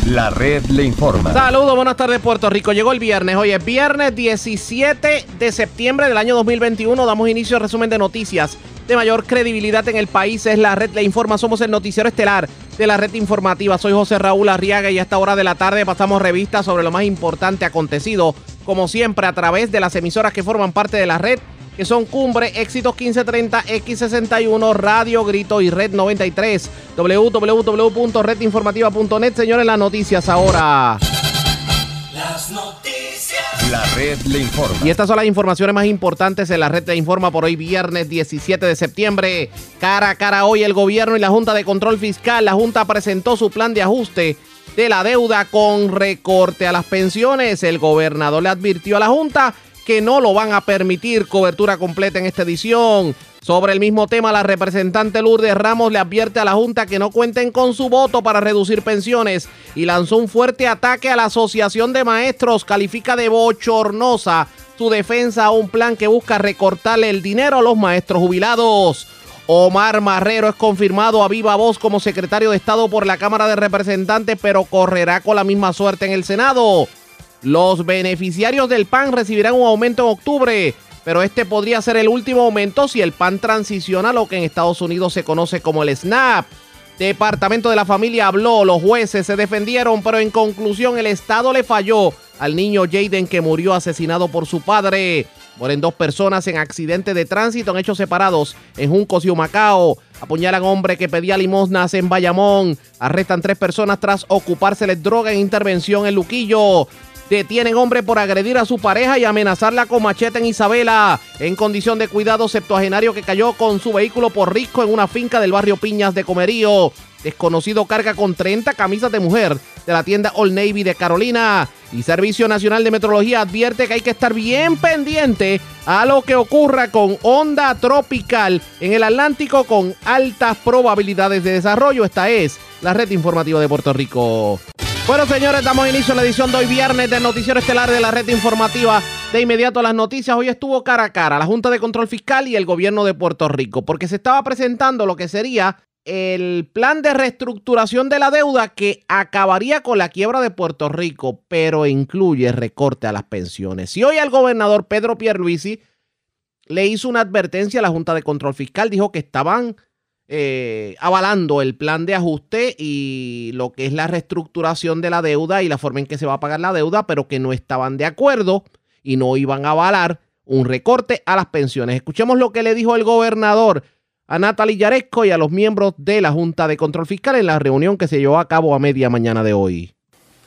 La Red Le Informa. Saludos, buenas tardes Puerto Rico. Llegó el viernes. Hoy es viernes 17 de septiembre del año 2021. Damos inicio al resumen de noticias de mayor credibilidad en el país. Es La Red Le Informa. Somos el noticiero estelar de la red informativa. Soy José Raúl Arriaga y a esta hora de la tarde pasamos revista sobre lo más importante acontecido, como siempre, a través de las emisoras que forman parte de la red, que son Cumbre, Éxitos 1530, X61, Radio Grito y Red 93. www.redinformativa.net. Señores, las noticias ahora. Las noticias. La Red Le Informa. Y estas son las informaciones más importantes en la Red Le Informa por hoy, viernes 17 de septiembre. Cara a cara hoy el gobierno y la Junta de Control Fiscal. La Junta presentó su plan de ajuste de la deuda con recorte a las pensiones. El gobernador le advirtió a la Junta que no lo van a permitir. Cobertura completa en esta edición. Sobre el mismo tema, la representante Lourdes Ramos le advierte a la Junta que no cuenten con su voto para reducir pensiones y lanzó un fuerte ataque a la Asociación de Maestros. Califica de bochornosa su defensa a un plan que busca recortarle el dinero a los maestros jubilados. Omar Marrero es confirmado a viva voz como secretario de Estado por la Cámara de Representantes, pero correrá con la misma suerte en el Senado. Los beneficiarios del PAN recibirán un aumento en octubre, pero este podría ser el último aumento si el PAN transiciona a lo que en Estados Unidos se conoce como el SNAP. Departamento de la Familia habló, los jueces se defendieron, pero en conclusión el Estado le falló al niño Jaden, que murió asesinado por su padre. Mueren 2 personas en accidente de tránsito en hechos separados en Juncos y Humacao. Apuñalan hombre que pedía limosnas en Bayamón. Arrestan 3 personas tras ocupárseles droga en intervención en Luquillo. Detienen hombre por agredir a su pareja y amenazarla con machete en Isabela. En condición de cuidado, septuagenario que cayó con su vehículo por risco en una finca del barrio Piñas de Comerío. Desconocido carga con 30 camisas de mujer de la tienda Old Navy de Carolina. Y Servicio Nacional de Meteorología advierte que hay que estar bien pendiente a lo que ocurra con onda tropical en el Atlántico con altas probabilidades de desarrollo. Esta es la Red Informativa de Puerto Rico. Bueno, señores, damos inicio a la edición de hoy viernes del noticiero estelar de la Red Informativa. De inmediato a las noticias. Hoy estuvo cara a cara la Junta de Control Fiscal y el gobierno de Puerto Rico, porque se estaba presentando lo que sería el plan de reestructuración de la deuda que acabaría con la quiebra de Puerto Rico, pero incluye recorte a las pensiones. Y hoy al gobernador Pedro Pierluisi le hizo una advertencia a la Junta de Control Fiscal. Dijo que estaban avalando el plan de ajuste y lo que es la reestructuración de la deuda y la forma en que se va a pagar la deuda, pero que no estaban de acuerdo y no iban a avalar un recorte a las pensiones. Escuchemos lo que le dijo el gobernador a Natalie Yaresco y a los miembros de la Junta de Control Fiscal en la reunión que se llevó a cabo a media mañana de hoy.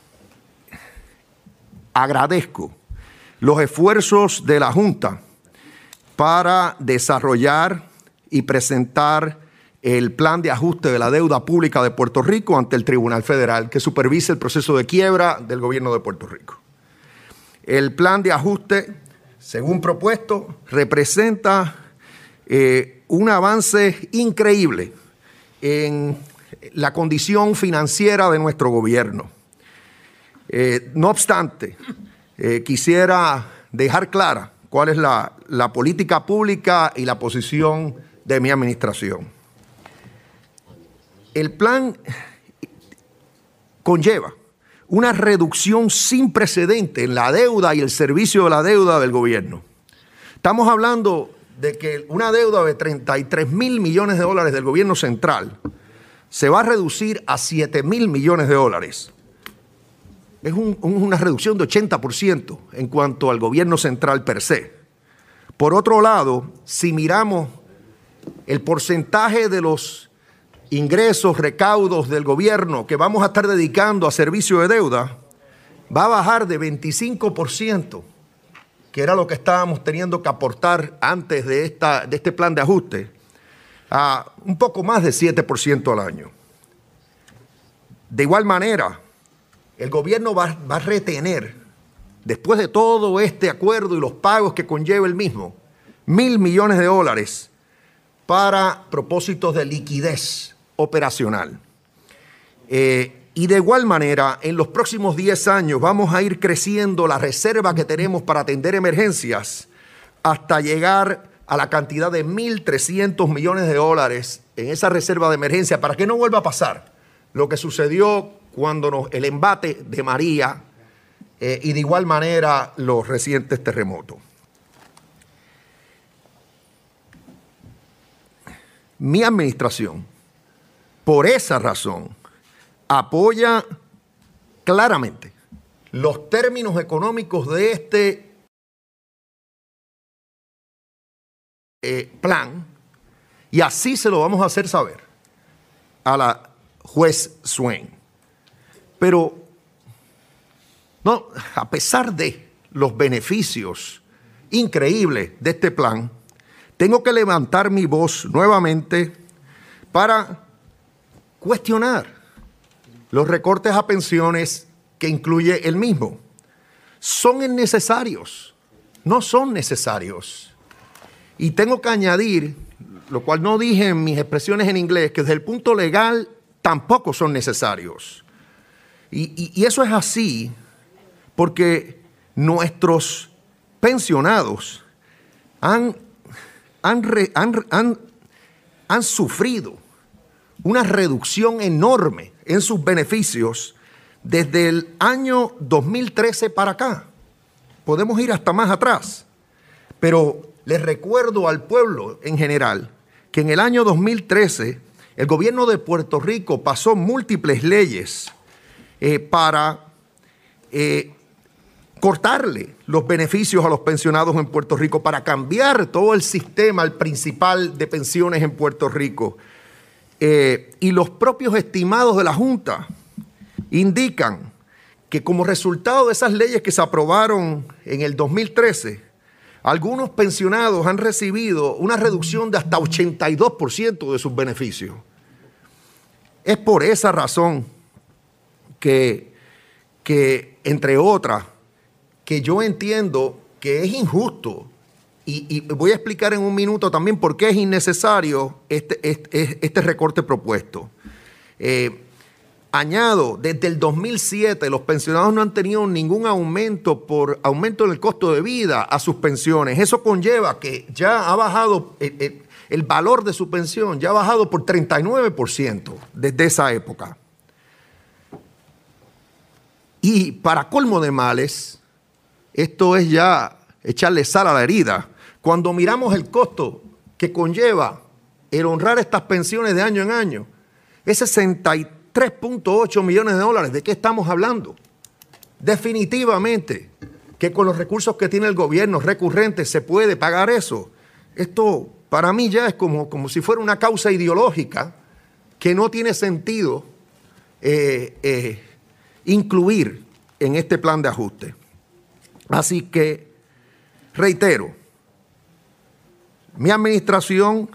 Agradezco los esfuerzos de la Junta para desarrollar y presentar el plan de ajuste de la deuda pública de Puerto Rico ante el Tribunal Federal, que supervisa el proceso de quiebra del gobierno de Puerto Rico. El plan de ajuste, según propuesto, representa un avance increíble en la condición financiera de nuestro gobierno. No obstante, quisiera dejar clara cuál es la política pública y la posición de mi administración. El plan conlleva una reducción sin precedente en la deuda y el servicio de la deuda del gobierno. Estamos hablando de que una deuda de 33 mil millones de dólares del gobierno central se va a reducir a 7 mil millones de dólares. Es una reducción de 80% en cuanto al gobierno central per se. Por otro lado, si miramos el porcentaje de los ingresos, recaudos del gobierno que vamos a estar dedicando a servicio de deuda, va a bajar de 25%, que era lo que estábamos teniendo que aportar antes de este plan de ajuste, a un poco más de 7% al año. De igual manera, el gobierno va a retener, después de todo este acuerdo y los pagos que conlleva el mismo, $1,000 millones para propósitos de liquidez operacional. Y de igual manera, en los próximos 10 años vamos a ir creciendo la reserva que tenemos para atender emergencias hasta llegar a la cantidad de $1,300 millones en esa reserva de emergencia, para que no vuelva a pasar lo que sucedió cuando el embate de María y de igual manera los recientes terremotos. Mi administración, por esa razón, apoya claramente los términos económicos de este plan, y así se lo vamos a hacer saber a la juez Swain. Pero no, a pesar de los beneficios increíbles de este plan, tengo que levantar mi voz nuevamente para cuestionar los recortes a pensiones que incluye el mismo. ¿Son innecesarios? No son necesarios. Y tengo que añadir, lo cual no dije en mis expresiones en inglés, que desde el punto legal tampoco son necesarios. Y eso es así porque nuestros pensionados han sufrido una reducción enorme en sus beneficios desde el año 2013 para acá. Podemos ir hasta más atrás, pero les recuerdo al pueblo en general que en el año 2013 el gobierno de Puerto Rico pasó múltiples leyes para cortarle los beneficios a los pensionados en Puerto Rico, para cambiar todo el sistema, el principal de pensiones en Puerto Rico. Y los propios estimados de la Junta indican que como resultado de esas leyes que se aprobaron en el 2013, algunos pensionados han recibido una reducción de hasta 82% de sus beneficios. Es por esa razón que entre otras, que yo entiendo que es injusto, y voy a explicar en un minuto también por qué es innecesario este recorte propuesto. Añado, desde el 2007 los pensionados no han tenido ningún aumento por aumento en el costo de vida a sus pensiones. Eso conlleva que ya ha bajado el valor de su pensión, ya ha bajado por 39% desde esa época. Y para colmo de males, esto es ya echarle sal a la herida. Cuando miramos el costo que conlleva el honrar estas pensiones de año en año, es 63.8 millones de dólares. ¿De qué estamos hablando? Definitivamente que con los recursos que tiene el gobierno recurrentes se puede pagar eso. Esto para mí ya es como si fuera una causa ideológica que no tiene sentido incluir en este plan de ajuste. Así que, reitero, mi administración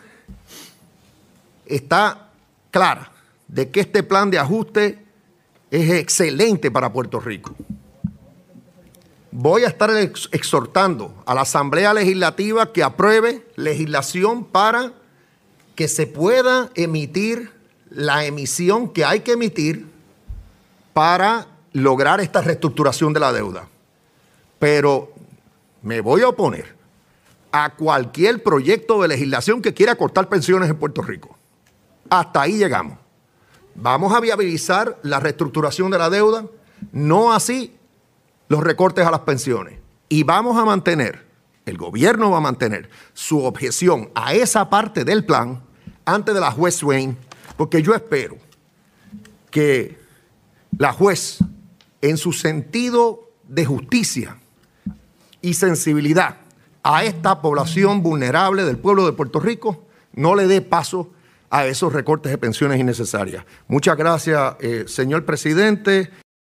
está clara de que este plan de ajuste es excelente para Puerto Rico. Voy a estar exhortando a la Asamblea Legislativa que apruebe legislación para que se pueda emitir la emisión que hay que emitir para lograr esta reestructuración de la deuda. Pero me voy a oponer a cualquier proyecto de legislación que quiera cortar pensiones en Puerto Rico. Hasta ahí llegamos. Vamos a viabilizar la reestructuración de la deuda, no así los recortes a las pensiones. Y vamos a mantener, el gobierno va a mantener su objeción a esa parte del plan antes de la juez Swain, porque yo espero que la juez, en su sentido de justicia y sensibilidad a esta población vulnerable del pueblo de Puerto Rico, no le dé paso a esos recortes de pensiones innecesarias. Muchas gracias, señor presidente.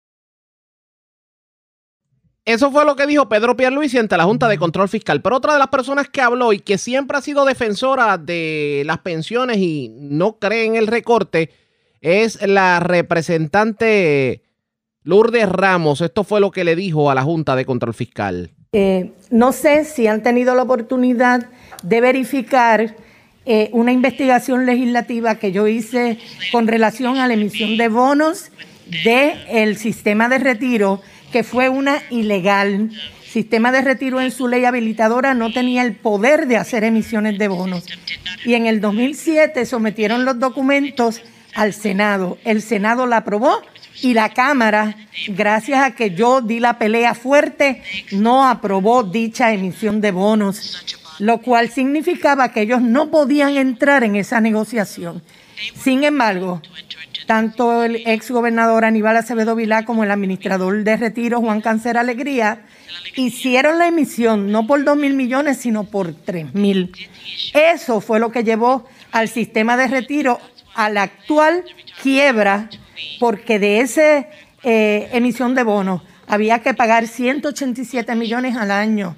Eso fue lo que dijo Pedro Pierluisi ante la Junta de Control Fiscal. Pero otra de las personas que habló y que siempre ha sido defensora de las pensiones y no cree en el recorte es la representante Lourdes Ramos. Esto fue lo que le dijo a la Junta de Control Fiscal. No sé si han tenido la oportunidad de verificar una investigación legislativa que yo hice con relación a la emisión de bonos del sistema de retiro, que fue una ilegal. Sistema de retiro en su ley habilitadora no tenía el poder de hacer emisiones de bonos. Y en el 2007 sometieron los documentos al Senado. El Senado la aprobó Y la Cámara, gracias a que yo di la pelea fuerte, no aprobó dicha emisión de bonos, lo cual significaba que ellos no podían entrar en esa negociación. Sin embargo, tanto el ex gobernador Aníbal Acevedo Vilá como el administrador de retiro Juan Cáncer Alegría hicieron la emisión no por 2,000 millones, sino por 3,000. Eso fue lo que llevó al sistema de retiro a la actual quiebra, porque de esa emisión de bonos había que pagar 187 millones al año.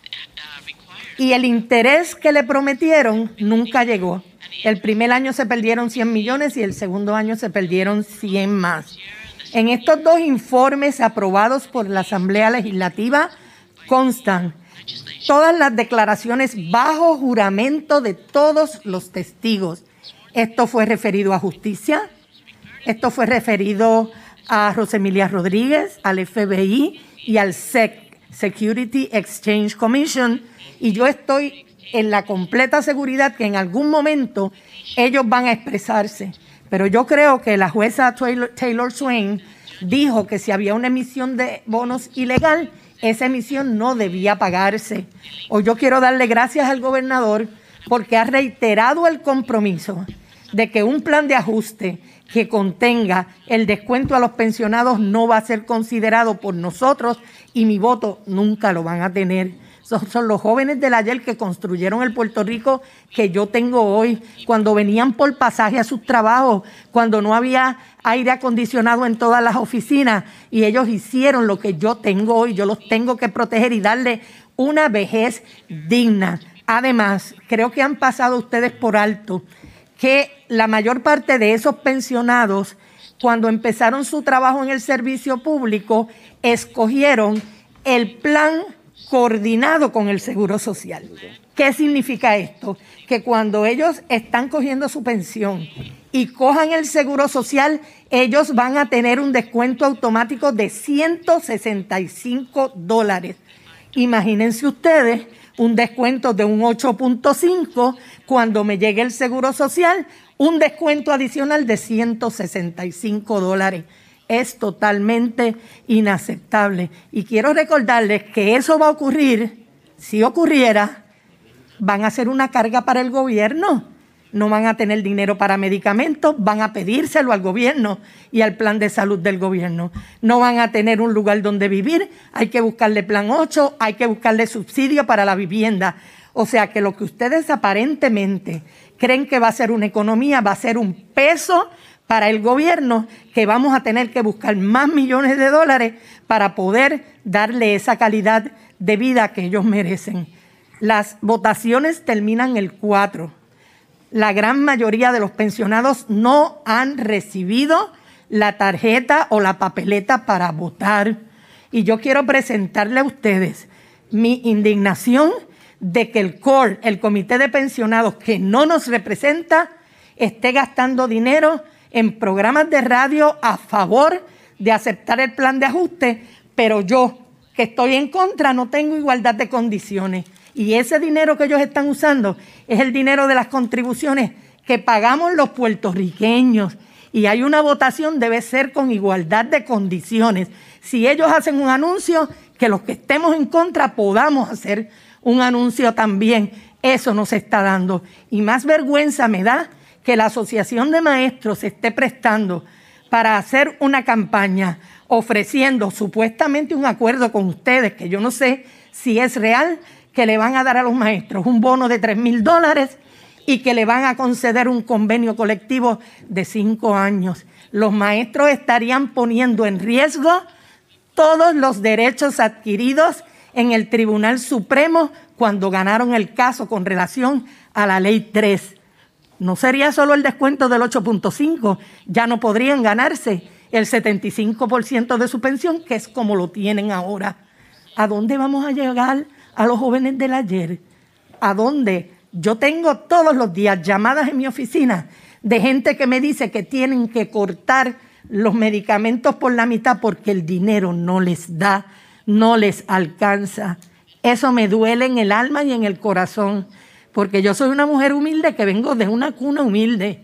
Y el interés que le prometieron nunca llegó. El primer año se perdieron 100 millones y el segundo año se perdieron 100 más. En estos dos informes aprobados por la Asamblea Legislativa constan todas las declaraciones bajo juramento de todos los testigos. Esto fue referido a Justicia, esto fue referido a Rosemilia Rodríguez, al FBI y al SEC, Security Exchange Commission, y yo estoy en la completa seguridad que en algún momento ellos van a expresarse. Pero yo creo que la jueza Taylor Swain dijo que si había una emisión de bonos ilegal, esa emisión no debía pagarse. Hoy yo quiero darle gracias al gobernador porque ha reiterado el compromiso de que un plan de ajuste que contenga el descuento a los pensionados no va a ser considerado por nosotros y mi voto nunca lo van a tener. Son los jóvenes del ayer que construyeron el Puerto Rico que yo tengo hoy, cuando venían por pasaje a sus trabajos, cuando no había aire acondicionado en todas las oficinas, y ellos hicieron lo que yo tengo hoy. Yo los tengo que proteger y darle una vejez digna. Además, creo que han pasado ustedes por alto que la mayor parte de esos pensionados, cuando empezaron su trabajo en el servicio público, escogieron el plan coordinado con el Seguro Social. ¿Qué significa esto? Que cuando ellos están cogiendo su pensión y cojan el Seguro Social, ellos van a tener un descuento automático de $165. Imagínense ustedes un descuento de un 8.5 cuando me llegue el Seguro Social, un descuento adicional de $165. Es totalmente inaceptable. Y quiero recordarles que eso va a ocurrir, si ocurriera, van a ser una carga para el gobierno. No van a tener dinero para medicamentos, van a pedírselo al gobierno y al plan de salud del gobierno. No van a tener un lugar donde vivir, hay que buscarle plan 8, hay que buscarle subsidio para la vivienda. O sea que lo que ustedes aparentemente creen que va a ser una economía, va a ser un peso para el gobierno, que vamos a tener que buscar más millones de dólares para poder darle esa calidad de vida que ellos merecen. Las votaciones terminan el 4. La gran mayoría de los pensionados no han recibido la tarjeta o la papeleta para votar. Y yo quiero presentarle a ustedes mi indignación de que el CORE, el Comité de Pensionados, que no nos representa, esté gastando dinero en programas de radio a favor de aceptar el plan de ajuste, pero yo, que estoy en contra, no tengo igualdad de condiciones. Y ese dinero que ellos están usando es el dinero de las contribuciones que pagamos los puertorriqueños. Y hay una votación, debe ser con igualdad de condiciones. Si ellos hacen un anuncio, que los que estemos en contra podamos hacer un anuncio también. Eso no se está dando. Y más vergüenza me da que la Asociación de Maestros se esté prestando para hacer una campaña ofreciendo supuestamente un acuerdo con ustedes, que yo no sé si es real, que le van a dar a los maestros un bono de $3,000 y que le van a conceder un convenio colectivo de 5 años. Los maestros estarían poniendo en riesgo todos los derechos adquiridos en el Tribunal Supremo cuando ganaron el caso con relación a la Ley 3. No sería solo el descuento del 8.5, ya no podrían ganarse el 75% de su pensión, que es como lo tienen ahora. ¿A dónde vamos a llegar a los jóvenes del ayer? ¿A dónde? Yo tengo todos los días llamadas en mi oficina de gente que me dice que tienen que cortar los medicamentos por la mitad porque el dinero no les da, no les alcanza. Eso me duele en el alma y en el corazón, porque yo soy una mujer humilde que vengo de una cuna humilde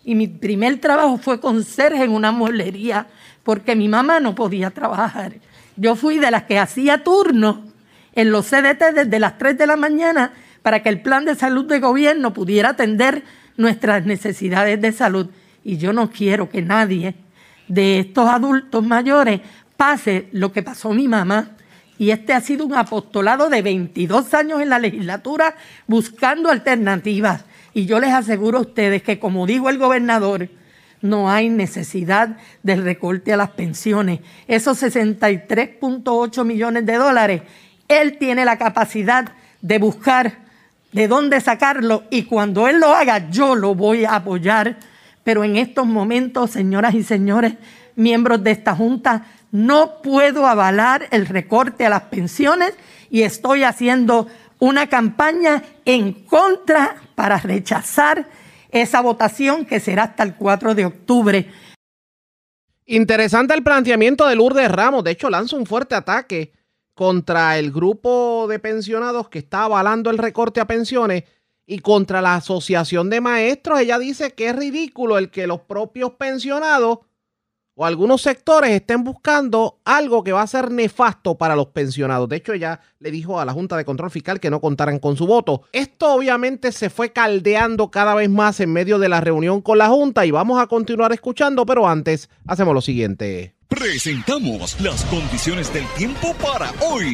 y mi primer trabajo fue conserje en una mueblería porque mi mamá no podía trabajar. Yo fui de las que hacía turno en los CDT desde las 3 de la mañana para que el plan de salud de gobierno pudiera atender nuestras necesidades de salud. Y yo no quiero que nadie de estos adultos mayores pase lo que pasó mi mamá. Y este ha sido un apostolado de 22 años en la legislatura buscando alternativas. Y yo les aseguro a ustedes que, como dijo el gobernador, no hay necesidad del recorte a las pensiones. Esos 63.8 millones de dólares, él tiene la capacidad de buscar de dónde sacarlo y cuando él lo haga, yo lo voy a apoyar. Pero en estos momentos, señoras y señores, miembros de esta Junta, no puedo avalar el recorte a las pensiones y estoy haciendo una campaña en contra para rechazar esa votación que será hasta el 4 de octubre. Interesante el planteamiento de Lourdes Ramos. De hecho, lanza un fuerte ataque contra el grupo de pensionados que está avalando el recorte a pensiones y contra la asociación de maestros. Ella dice que es ridículo el que los propios pensionados o algunos sectores estén buscando algo que va a ser nefasto para los pensionados. De hecho, ella le dijo a la Junta de Control Fiscal que no contaran con su voto. Esto obviamente se fue caldeando cada vez más en medio de la reunión con la Junta y vamos a continuar escuchando, pero antes hacemos lo siguiente. Presentamos las condiciones del tiempo para hoy.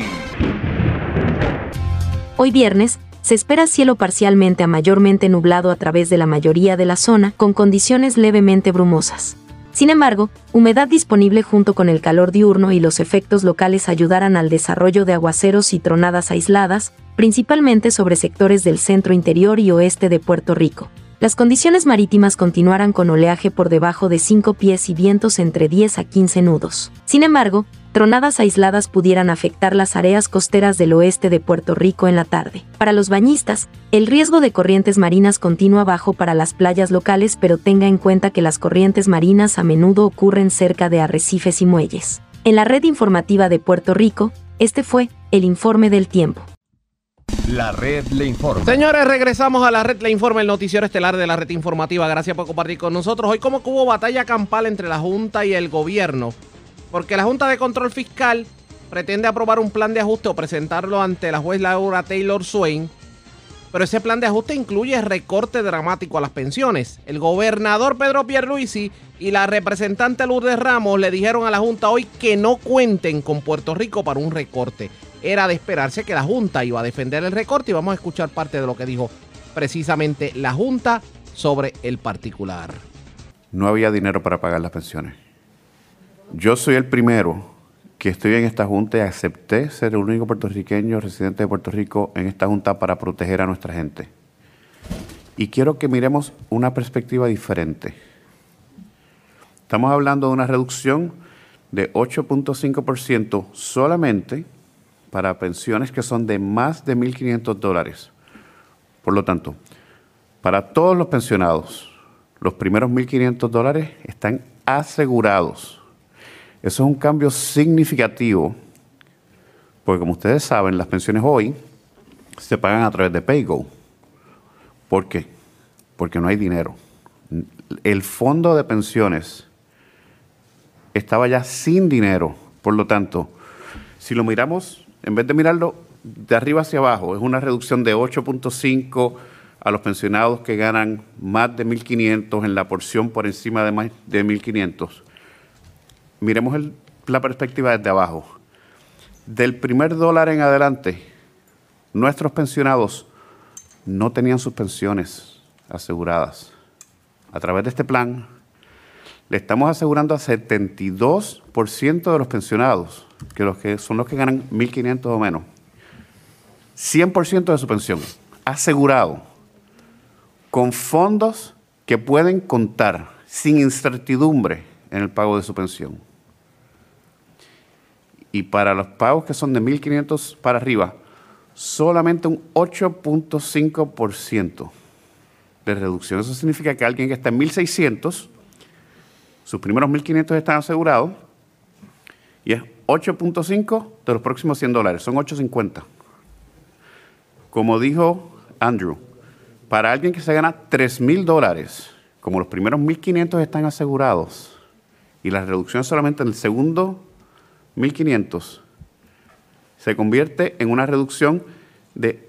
Hoy viernes, se espera cielo parcialmente a mayormente nublado a través de la mayoría de la zona, con condiciones levemente brumosas. Sin embargo, humedad disponible junto con el calor diurno y los efectos locales ayudarán al desarrollo de aguaceros y tronadas aisladas, principalmente sobre sectores del centro interior y oeste de Puerto Rico. Las condiciones marítimas continuarán con oleaje por debajo de 5 pies y vientos entre 10 a 15 nudos. Sin embargo, tronadas aisladas pudieran afectar las áreas costeras del oeste de Puerto Rico en la tarde. Para los bañistas, el riesgo de corrientes marinas continúa bajo para las playas locales, pero tenga en cuenta que las corrientes marinas a menudo ocurren cerca de arrecifes y muelles. En la red informativa de Puerto Rico, este fue el informe del tiempo. La red le informa. Señores, regresamos a la red le informa, el noticiero estelar de la red informativa. Gracias por compartir con nosotros. Hoy como que hubo batalla campal entre la Junta y el gobierno, porque la Junta de Control Fiscal pretende aprobar un plan de ajuste o presentarlo ante la juez Laura Taylor Swain, pero ese plan de ajuste incluye recorte dramático a las pensiones. El gobernador Pedro Pierluisi y la representante Lourdes Ramos le dijeron a la Junta hoy que no cuenten con Puerto Rico para un recorte. Era de esperarse que la Junta iba a defender el recorte y vamos a escuchar parte de lo que dijo precisamente la Junta sobre el particular. No había dinero para pagar las pensiones. Yo soy el primero que estoy en esta Junta y acepté ser el único puertorriqueño residente de Puerto Rico en esta Junta para proteger a nuestra gente. Y quiero que miremos una perspectiva diferente. Estamos hablando de una reducción de 8.5% solamente para pensiones que son de más de $1,500. Por lo tanto, para todos los pensionados, los primeros $1,500 están asegurados. Eso es un cambio significativo, porque como ustedes saben, las pensiones hoy se pagan a través de PayGo. ¿Por qué? Porque no hay dinero. El fondo de pensiones estaba ya sin dinero. Por lo tanto, si lo miramos, en vez de mirarlo de arriba hacia abajo, es una reducción de 8.5 a los pensionados que ganan más de 1,500 en la porción por encima de más de 1,500. Miremos la perspectiva desde abajo. Del primer dólar en adelante, nuestros pensionados no tenían sus pensiones aseguradas. A través de este plan, le estamos asegurando a 72% de los pensionados, que son los que ganan 1,500 o menos, 100% de su pensión, asegurado, con fondos que pueden contar sin incertidumbre en el pago de su pensión. Y para los pagos que son de 1,500 para arriba, solamente un 8.5% de reducción. Eso significa que alguien que está en 1,600, sus primeros 1,500 están asegurados, y es 8.5 de los próximos $100, son 8.50. Como dijo Andrew, para alguien que se gana $3,000, como los primeros 1.500 están asegurados y la reducción es solamente en el segundo 1.500, se convierte en una reducción de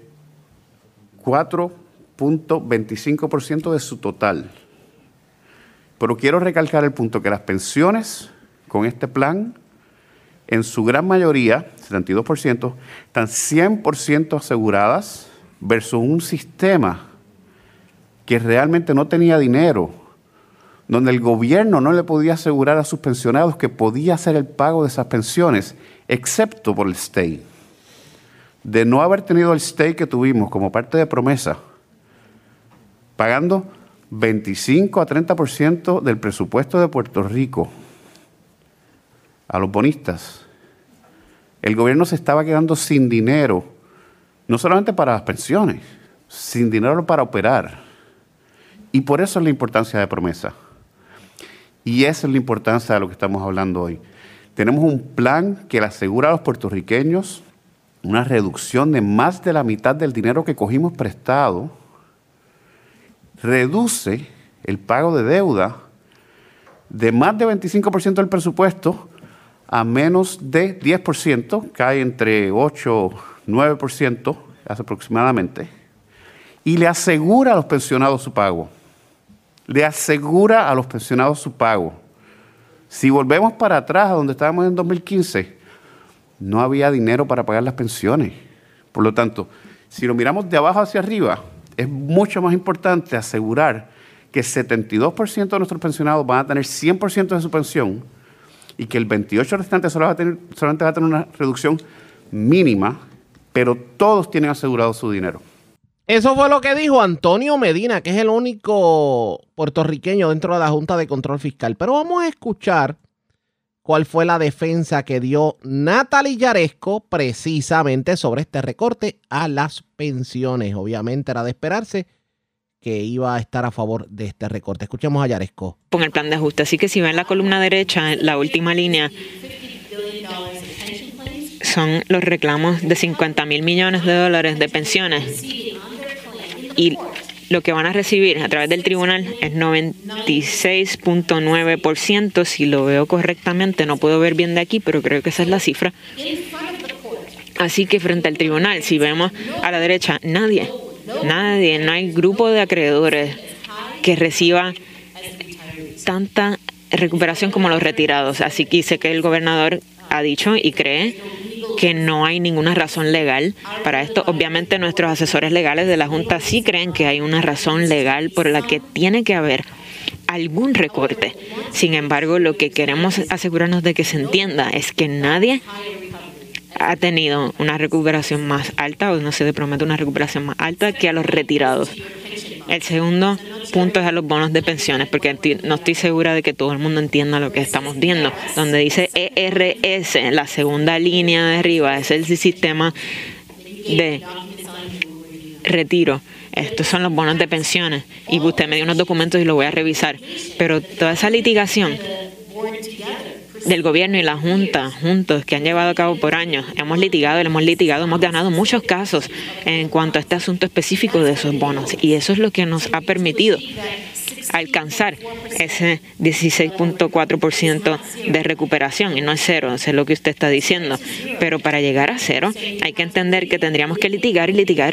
4.25% de su total. Pero quiero recalcar el punto que las pensiones con este plan, en su gran mayoría, 72%, están 100% aseguradas versus un sistema que realmente no tenía dinero, donde el gobierno no le podía asegurar a sus pensionados que podía hacer el pago de esas pensiones, excepto por el stay. De no haber tenido el stay que tuvimos como parte de promesa, pagando 25 a 30% del presupuesto de Puerto Rico a los bonistas, el gobierno se estaba quedando sin dinero, no solamente para las pensiones, sin dinero para operar. Y por eso es la importancia de promesa. Y esa es la importancia de lo que estamos hablando hoy. Tenemos un plan que le asegura a los puertorriqueños una reducción de más de la mitad del dinero que cogimos prestado, reduce el pago de deuda de más de 25% del presupuesto a menos de 10%, cae entre 8 y 9% aproximadamente, y le asegura a los pensionados su pago. Le asegura a los pensionados su pago. Si volvemos para atrás a donde estábamos en 2015, no había dinero para pagar las pensiones. Por lo tanto, si lo miramos de abajo hacia arriba, es mucho más importante asegurar que 72% de nuestros pensionados van a tener 100% de su pensión y que el 28% restante solamente va a tener una reducción mínima, pero todos tienen asegurado su dinero. Eso fue lo que dijo Antonio Medina, que es el único puertorriqueño dentro de la Junta de Control Fiscal. Pero vamos a escuchar cuál fue la defensa que dio Natalie Yaresco precisamente sobre este recorte a las pensiones. Obviamente era de esperarse que iba a estar a favor de este recorte. Escuchemos a Yaresco. Con el plan de ajuste. Así que si ven la columna derecha, la última línea, son los reclamos de $50,000 millones de pensiones. Y lo que van a recibir a través del tribunal es 96.9%. Si lo veo correctamente, no puedo ver bien de aquí, pero creo que esa es la cifra. Así que frente al tribunal, si vemos a la derecha, nadie, no hay grupo de acreedores que reciba tanta recuperación como los retirados. Así que sé que el gobernador ha dicho y cree que no hay ninguna razón legal para esto. Obviamente nuestros asesores legales de la Junta sí creen que hay una razón legal por la que tiene que haber algún recorte. Sin embargo, lo que queremos asegurarnos de que se entienda es que nadie ha tenido una recuperación más alta o no se le promete una recuperación más alta que a los retirados. El segundo punto es a los bonos de pensiones, porque no estoy segura de que todo el mundo entienda lo que estamos viendo. Donde dice ERS, la segunda línea de arriba, es el sistema de retiro. Estos son los bonos de pensiones. Y usted me dio unos documentos y los voy a revisar. Pero toda esa litigación del gobierno y la Junta juntos que han llevado a cabo por años, hemos ganado muchos casos en cuanto a este asunto específico de esos bonos, y eso es lo que nos ha permitido alcanzar ese 16.4% de recuperación, y no es cero, eso es lo que usted está diciendo, pero para llegar a cero hay que entender que tendríamos que litigar,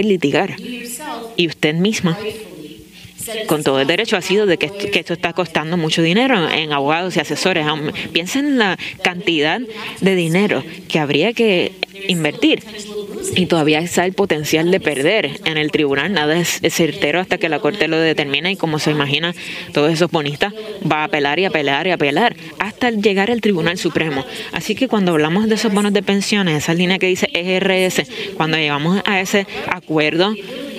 y usted misma con todo el derecho ha sido de que esto está costando mucho dinero en abogados y asesores. Piensen en la cantidad de dinero que habría que invertir y todavía está el potencial de perder en el tribunal. Nada es certero hasta que la Corte lo determina, y como se imagina, todos esos bonistas va a apelar y apelar y apelar hasta llegar al Tribunal Supremo. Así que cuando hablamos de esos bonos de pensiones, esa línea que dice ERS, cuando llegamos a ese acuerdo,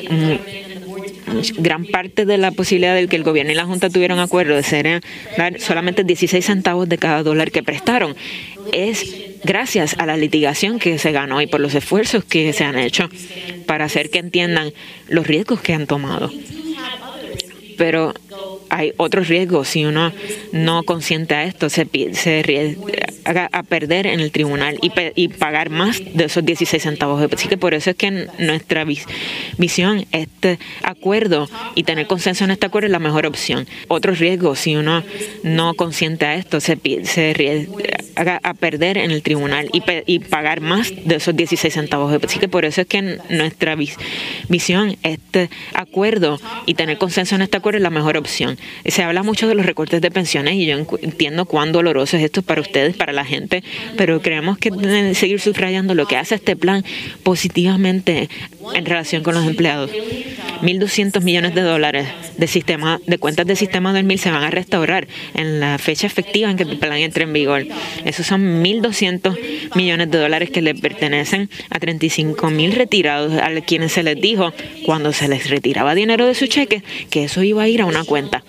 gran parte de la posibilidad de que el gobierno y la Junta tuvieran acuerdo de dar solamente 16 centavos de cada dólar que prestaron es gracias a la litigación que se ganó y por los esfuerzos que se han hecho para hacer que entiendan los riesgos que han tomado. Pero hay otros riesgos. Si uno no consiente a esto, se arriesga a perder en el tribunal y pagar más de esos 16 centavos. Así que por eso es que nuestra visión, este acuerdo y tener consenso en este acuerdo es la mejor opción. Otros riesgos, si uno no consiente a esto, se arriesga a perder en el tribunal y pagar más de esos 16 centavos. Así que por eso es que nuestra visión, este acuerdo y tener consenso en este acuerdo es la mejor opción. Se habla mucho de los recortes de pensiones y yo entiendo cuán doloroso es esto para ustedes, para la gente, pero creemos que deben seguir subrayando lo que hace este plan positivamente en relación con los empleados. $1.200 millones de cuentas de sistema 2000 se van a restaurar en la fecha efectiva en que el plan entre en vigor. Esos son $1.200 millones que le pertenecen a 35,000 retirados, a quienes se les dijo cuando se les retiraba dinero de su cheque que eso iba a ir a una cuenta.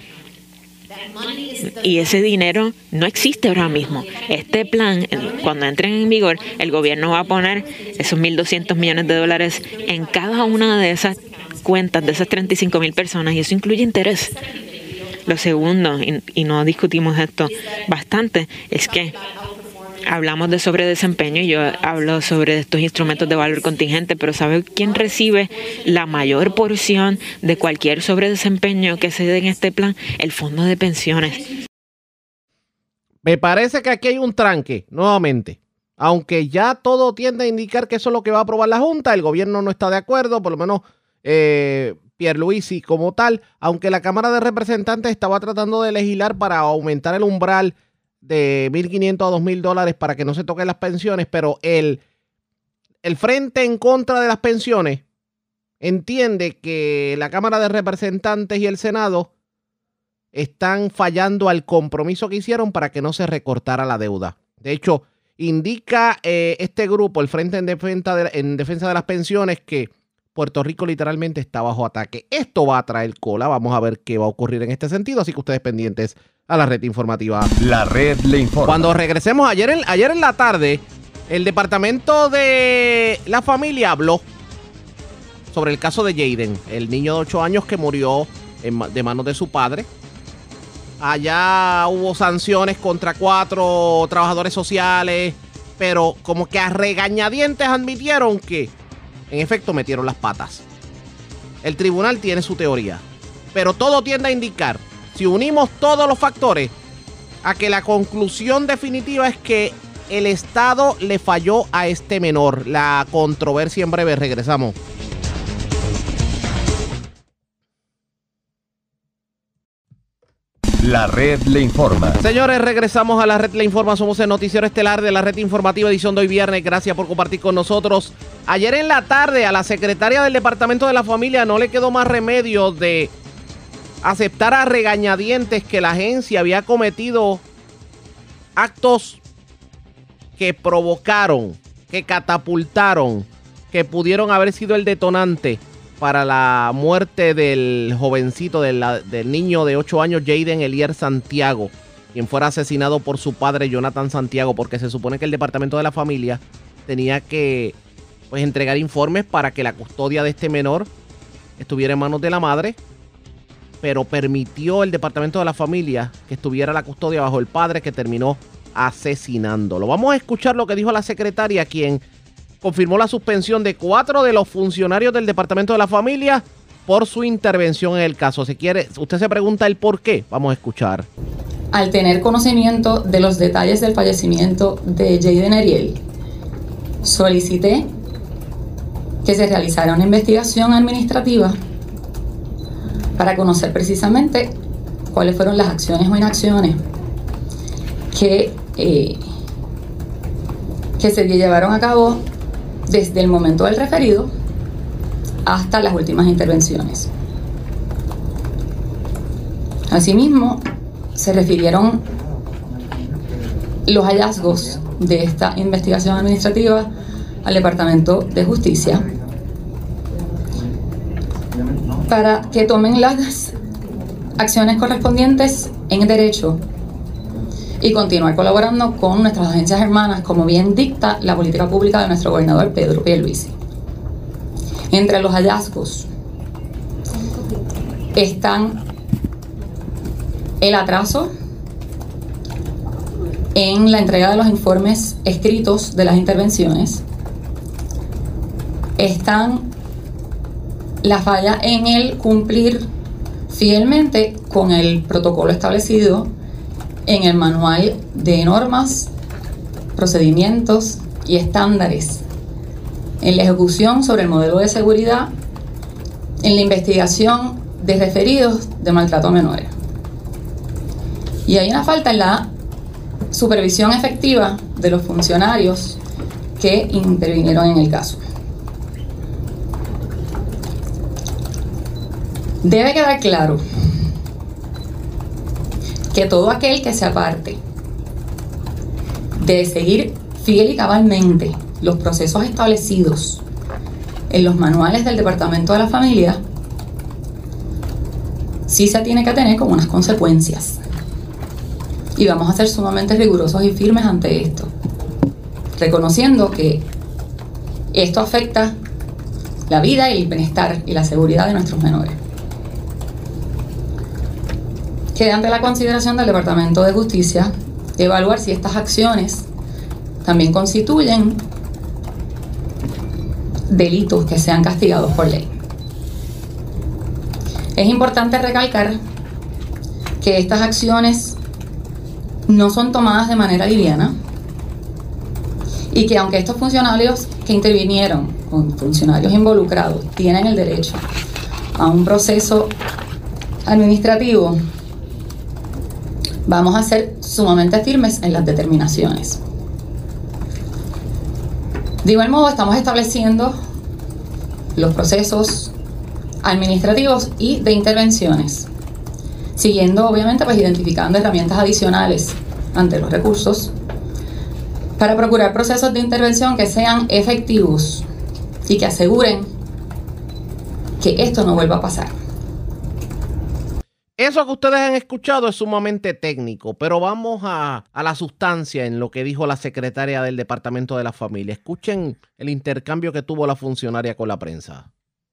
Y ese dinero no existe ahora mismo. Este plan, cuando entren en vigor, el gobierno va a poner esos $1.200 millones en cada una de esas cuentas de esas 35,000 personas, y eso incluye interés. Lo segundo, y no discutimos esto bastante, es que hablamos de sobredesempeño y yo hablo sobre estos instrumentos de valor contingente, pero ¿sabe quién recibe la mayor porción de cualquier sobredesempeño que se dé en este plan? El fondo de pensiones. Me parece que aquí hay un tranque, nuevamente. Aunque ya todo tiende a indicar que eso es lo que va a aprobar la Junta, el gobierno no está de acuerdo, por lo menos Pierluisi como tal, aunque la Cámara de Representantes estaba tratando de legislar para aumentar el umbral de $1.500 a $2.000 para que no se toquen las pensiones, pero el frente en contra de las pensiones entiende que la Cámara de Representantes y el Senado están fallando al compromiso que hicieron para que no se recortara la deuda. De hecho, indica este grupo, el Frente en Defensa de las Pensiones, que Puerto Rico literalmente está bajo ataque. Esto va a traer cola. Vamos a ver qué va a ocurrir en este sentido. Así que ustedes pendientes a la red informativa. La red le informa. Cuando regresemos, ayer en la tarde, el Departamento de la Familia habló sobre el caso de Jayden, el niño de 8 años que murió de manos de su padre. Allá hubo sanciones contra 4 trabajadores sociales, pero como que a regañadientes admitieron que en efecto metieron las patas. El tribunal tiene su teoría, pero todo tiende a indicar, si unimos todos los factores, a que la conclusión definitiva es que el Estado le falló a este menor. La controversia en breve, regresamos. La red le informa. Señores, regresamos a la red le informa. Somos el noticiero estelar de la red informativa, edición de hoy viernes. Gracias por compartir con nosotros. Ayer en la tarde a la secretaria del Departamento de la Familia no le quedó más remedio de aceptar a regañadientes que la agencia había cometido actos que provocaron, que catapultaron, que pudieron haber sido el detonante para la muerte del jovencito, del niño de 8 años, Jayden Elier Santiago, quien fuera asesinado por su padre, Jonathan Santiago, porque se supone que el Departamento de la Familia tenía que entregar informes para que la custodia de este menor estuviera en manos de la madre, pero permitió el Departamento de la Familia que estuviera la custodia bajo el padre, que terminó asesinándolo. Vamos a escuchar lo que dijo la secretaria, quien confirmó la suspensión de 4 de los funcionarios del Departamento de la Familia por su intervención en el caso. Si quiere, usted se pregunta el por qué. Vamos a escuchar. Al tener conocimiento de los detalles del fallecimiento de Jayden Elier, solicité que se realizara una investigación administrativa para conocer precisamente cuáles fueron las acciones o inacciones que se llevaron a cabo desde el momento del referido hasta las últimas intervenciones. Asimismo, se refirieron los hallazgos de esta investigación administrativa al Departamento de Justicia para que tomen las acciones correspondientes en derecho y continuar colaborando con nuestras agencias hermanas, como bien dicta la política pública de nuestro gobernador Pedro Pierluisi. Entre los hallazgos están el atraso en la entrega de los informes escritos de las intervenciones, están la falla en el cumplir fielmente con el protocolo establecido en el manual de normas, procedimientos y estándares, en la ejecución sobre el modelo de seguridad, en la investigación de referidos de maltrato a menores. Y hay una falta en la supervisión efectiva de los funcionarios que intervinieron en el caso. Debe quedar claro que todo aquel que se aparte de seguir fiel y cabalmente los procesos establecidos en los manuales del Departamento de la Familia, sí se tiene que tener como unas consecuencias. Y vamos a ser sumamente rigurosos y firmes ante esto, reconociendo que esto afecta la vida y el bienestar y la seguridad de nuestros menores. Queda ante la consideración del Departamento de Justicia evaluar si estas acciones también constituyen delitos que sean castigados por ley. Es importante recalcar que estas acciones no son tomadas de manera liviana y que aunque estos funcionarios que intervinieron, con funcionarios involucrados, tienen el derecho a un proceso administrativo, vamos a ser sumamente firmes en las determinaciones. De igual modo, estamos estableciendo los procesos administrativos y de intervenciones, siguiendo obviamente pues identificando herramientas adicionales ante los recursos para procurar procesos de intervención que sean efectivos y que aseguren que esto no vuelva a pasar. Eso que ustedes han escuchado es sumamente técnico, pero vamos a la sustancia en lo que dijo la secretaria del Departamento de la Familia. Escuchen el intercambio que tuvo la funcionaria con la prensa.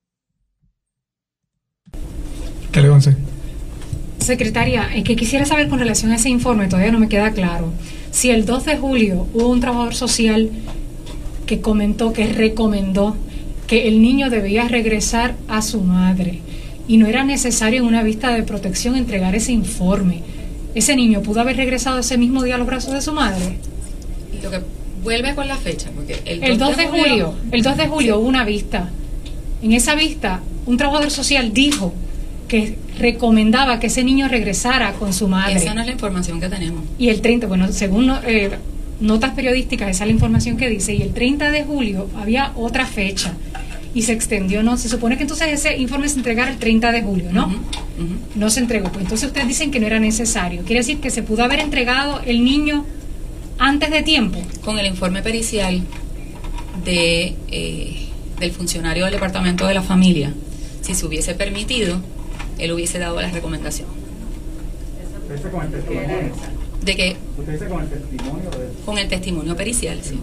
¿Qué le van a hacer? Secretaria, que quisiera saber con relación a ese informe, todavía no me queda claro. Si el 2 de julio hubo un trabajador social que comentó, que recomendó que el niño debía regresar a su madre y no era necesario en una vista de protección entregar ese informe, ¿ese niño pudo haber regresado ese mismo día a los brazos de su madre? Lo que vuelve con la fecha, porque el 2 de julio hubo una vista. En esa vista, un trabajador social dijo que recomendaba que ese niño regresara con su madre. Esa no es la información que tenemos. Y el 30, bueno, según notas periodísticas, esa es la información que dice, y el 30 de julio había otra fecha y se extendió, ¿no? Se supone que entonces ese informe se entregara el 30 de julio, ¿no? No se entregó. Pues entonces ustedes dicen que no era necesario. Quiere decir que se pudo haber entregado el niño antes de tiempo. Con el informe pericial del funcionario del Departamento de la Familia, si se hubiese permitido, él hubiese dado la recomendación. ¿Usted dice con el testimonio? ¿De qué? ¿Usted dice con el testimonio? Con el testimonio pericial, sí.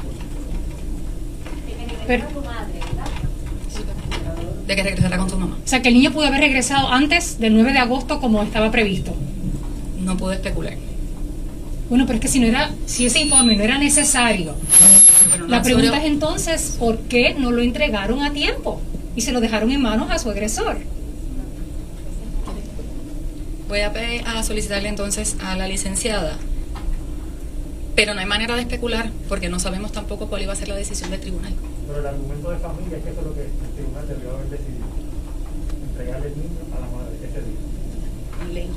Pero, de que regresara con su mamá. O sea, que el niño pudo haber regresado antes del 9 de agosto como estaba previsto. No puedo especular. Bueno, pero es que si ese informe no era necesario, la pregunta es entonces, ¿por qué no lo entregaron a tiempo? Y se lo dejaron en manos a su agresor. Voy a solicitarle entonces a la licenciada, pero no hay manera de especular porque no sabemos tampoco cuál iba a ser la decisión del tribunal. Pero el argumento de familia es que eso es lo que el tribunal debió haber decidido, entregarle el niño a la madre ese día. Ley.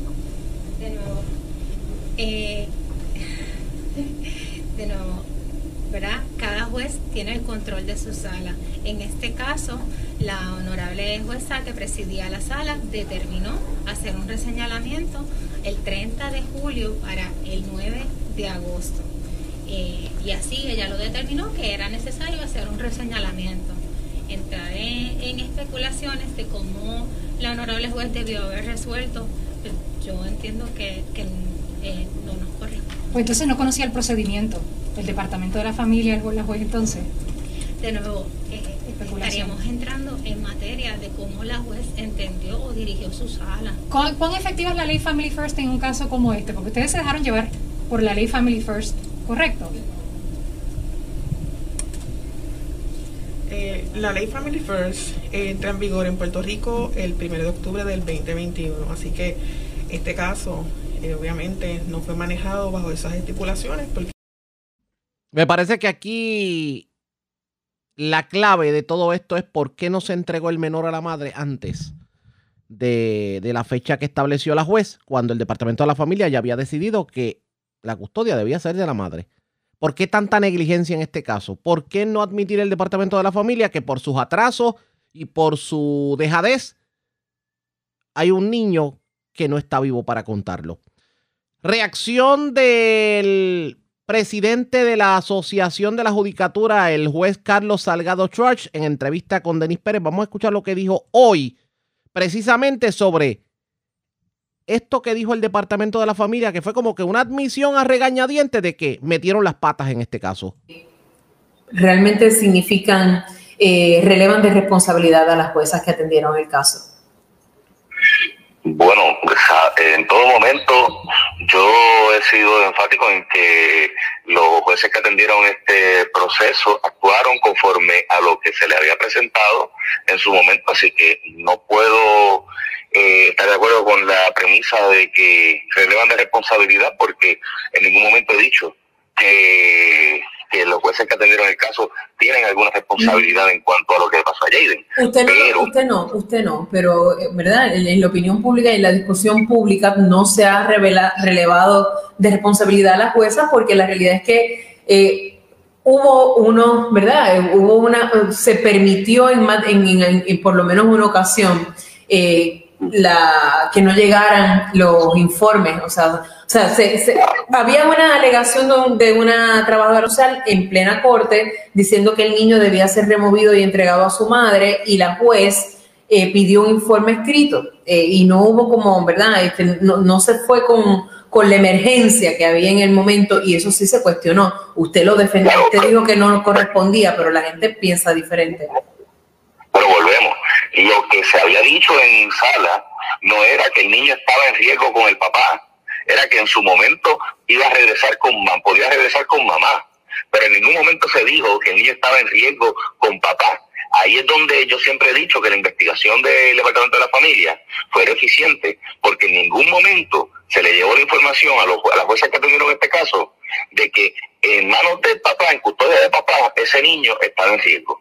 De nuevo, ¿verdad? Cada juez tiene el control de su sala. En este caso, la honorable jueza que presidía la sala determinó hacer un reseñalamiento el 30 de julio para el 9 de agosto. Y así ella lo determinó que era necesario hacer un reseñalamiento. Entrar en especulaciones de cómo la honorable juez debió haber resuelto, yo entiendo que no nos corresponde. Pues entonces no conocía el procedimiento, el Departamento de la Familia, la juez entonces. De nuevo, especulación. Estaríamos entrando en materia de cómo la juez entendió o dirigió su sala. ¿Cuán efectiva es la ley Family First en un caso como este? Porque ustedes se dejaron llevar por la ley Family First, ¿correcto? La ley Family First entra en vigor en Puerto Rico el 1 de octubre del 2021, así que este caso obviamente no fue manejado bajo esas estipulaciones. Me parece que aquí la clave de todo esto es por qué no se entregó el menor a la madre antes de la fecha que estableció la juez, cuando el Departamento de la Familia ya había decidido que la custodia debía ser de la madre. ¿Por qué tanta negligencia en este caso? ¿Por qué no admitir el Departamento de la Familia que por sus atrasos y por su dejadez hay un niño que no está vivo para contarlo? Reacción del presidente de la Asociación de la Judicatura, el juez Carlos Salgado Schwartz, en entrevista con Denis Pérez. Vamos a escuchar lo que dijo hoy precisamente sobre esto que dijo el Departamento de la Familia, que fue como que una admisión a regañadientes de que metieron las patas en este caso. Realmente significan, relevan de responsabilidad a las juezas que atendieron el caso. Bueno, en todo momento yo he sido enfático en que los jueces que atendieron este proceso actuaron conforme a lo que se le había presentado en su momento, así que no puedo estar de acuerdo con la premisa de que relevan de responsabilidad, porque en ningún momento he dicho que los jueces que atendieron el caso tienen alguna responsabilidad en cuanto a lo que pasó a Jayden. Usted no, pero ¿verdad? En la opinión pública y en la discusión pública no se ha relevado de responsabilidad a las juezas, porque la realidad es que hubo uno, ¿verdad? Se permitió en por lo menos una ocasión que no llegaran los informes, había una alegación de una trabajadora social en plena corte diciendo que el niño debía ser removido y entregado a su madre, y la juez pidió un informe escrito y no hubo como, ¿verdad? No se fue con la emergencia que había en el momento, y eso sí se cuestionó. Usted lo defendió, usted dijo que no correspondía, pero la gente piensa diferente. Pero volvemos. Lo que se había dicho en sala no era que el niño estaba en riesgo con el papá, era que en su momento iba a regresar podía regresar con mamá, pero en ningún momento se dijo que el niño estaba en riesgo con papá. Ahí es donde yo siempre he dicho que la investigación del Departamento de la Familia fue eficiente, porque en ningún momento se le llevó la información a las juezas que atendieron este caso de que en manos del papá, en custodia de papá, ese niño estaba en riesgo.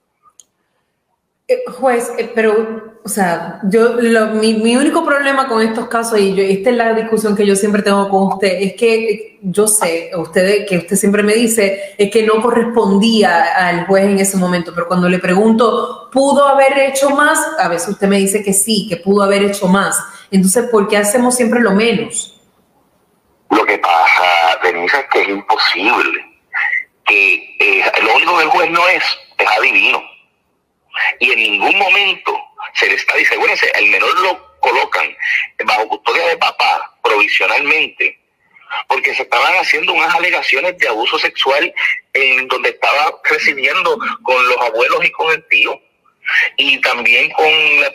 Juez, pero, mi único problema con estos casos, y esta es la discusión que yo siempre tengo con usted, es que yo sé, que usted siempre me dice, es que no correspondía al juez en ese momento, pero cuando le pregunto, ¿pudo haber hecho más? A veces usted me dice que sí, que pudo haber hecho más. Entonces, ¿por qué hacemos siempre lo menos? Lo que pasa, Denise, es que es imposible. Lo único que el juez no es adivino. Y en ningún momento se le está diciendo, bueno, el menor lo colocan bajo custodia de papá provisionalmente, porque se estaban haciendo unas alegaciones de abuso sexual en donde estaba residiendo con los abuelos y con el tío, y también con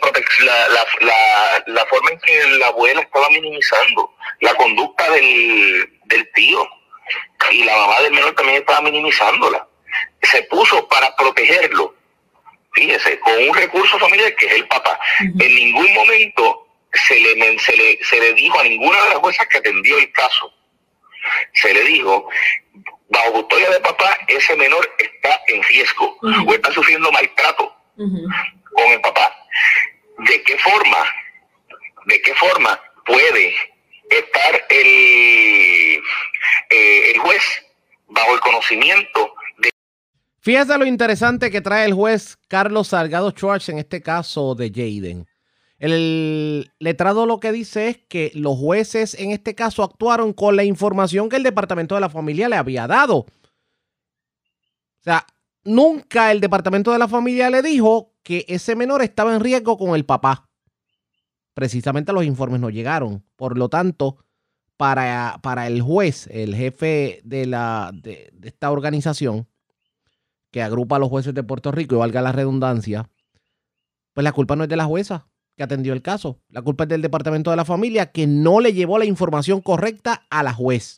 la forma en que la abuela estaba minimizando la conducta del tío, y la mamá del menor también estaba minimizándola. Se puso para protegerlo, fíjese, con un recurso familiar que es el papá. En ningún momento se le dijo a ninguna de las juezas que atendió el caso, se le dijo, bajo custodia de papá, ese menor está en riesgo o está sufriendo maltrato con el papá. ¿De qué forma puede estar el juez bajo el conocimiento? Fíjate lo interesante que trae el juez Carlos Salgado Schwartz en este caso de Jayden. El letrado lo que dice es que los jueces en este caso actuaron con la información que el Departamento de la Familia le había dado. O sea, nunca el Departamento de la Familia le dijo que ese menor estaba en riesgo con el papá. Precisamente los informes no llegaron. Por lo tanto, para el juez, el jefe de esta organización, que agrupa a los jueces de Puerto Rico, y valga la redundancia, pues la culpa no es de la jueza que atendió el caso. La culpa es del Departamento de la Familia, que no le llevó la información correcta a la juez.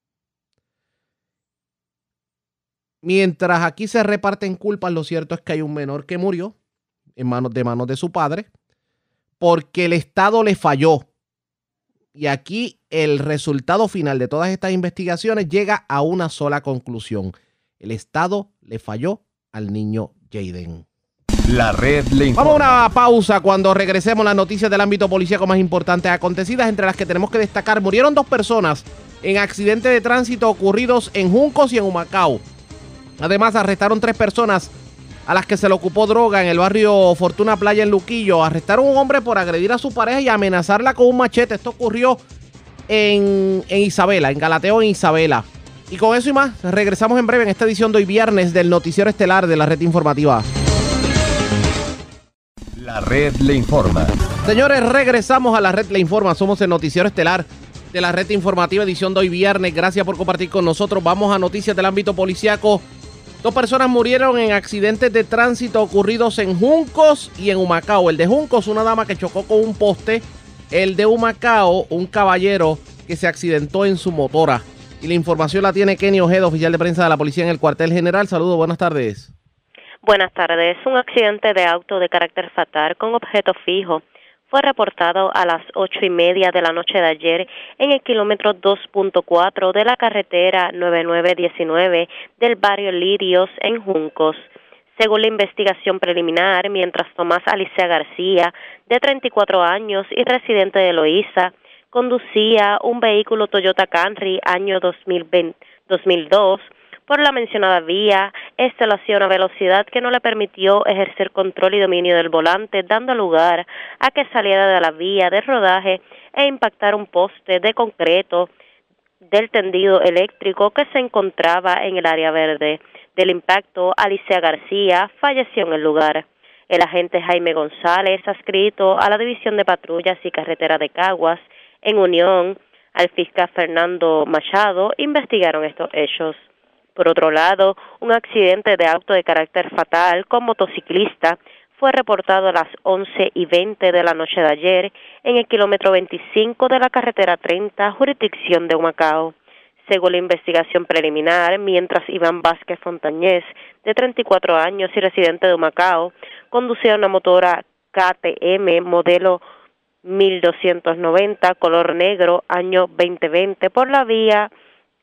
Mientras aquí se reparten culpas, lo cierto es que hay un menor que murió de manos de su padre porque el Estado le falló. Y aquí el resultado final de todas estas investigaciones llega a una sola conclusión. El Estado le falló al niño Jayden. La red le informa. Vamos a una pausa. Cuando regresemos, las noticias del ámbito policíaco más importantes acontecidas, entre las que tenemos que destacar: murieron 2 personas en accidentes de tránsito ocurridos en Juncos y en Humacao. Además, arrestaron 3 personas a las que se le ocupó droga en el barrio Fortuna Playa en Luquillo. Arrestaron a un hombre por agredir a su pareja y amenazarla con un machete. Esto ocurrió en Isabela, en Galateo, en Isabela. Y con eso y más, regresamos en breve en esta edición de hoy viernes del Noticiero Estelar de la Red Informativa. La red le informa. Señores, regresamos a la Red le informa. Somos el Noticiero Estelar de la Red Informativa, edición de hoy viernes. Gracias por compartir con nosotros. Vamos a noticias del ámbito policiaco. 2 personas murieron en accidentes de tránsito ocurridos en Juncos y en Humacao. El de Juncos, una dama que chocó con un poste. El de Humacao, un caballero que se accidentó en su motora. Y la información la tiene Kenny Ojeda, oficial de prensa de la policía en el cuartel general. Saludos, buenas tardes. Buenas tardes. Un accidente de auto de carácter fatal con objeto fijo fue reportado a las 8:30 de la noche de ayer en el kilómetro 2.4 de la carretera 9919 del barrio Lirios en Juncos. Según la investigación preliminar, mientras Tomás Alicea García, de 34 años y residente de Loíza, conducía un vehículo Toyota Camry año 2002, por la mencionada vía, este lo hacía a una velocidad que no le permitió ejercer control y dominio del volante, dando lugar a que saliera de la vía de rodaje e impactara un poste de concreto del tendido eléctrico que se encontraba en el área verde. Del impacto, Alicea García falleció en el lugar. El agente Jaime González, adscrito a la División de Patrullas y Carretera de Caguas, en unión al fiscal Fernando Machado, investigaron estos hechos. Por otro lado, un accidente de auto de carácter fatal con motociclista fue reportado a las 11:20 de la noche de ayer en el kilómetro 25 de la carretera 30, jurisdicción de Humacao. Según la investigación preliminar, mientras Iván Vázquez Fontañez, de 34 años y residente de Humacao, conducía una motora KTM modelo 1290 color negro año 2020 por la vía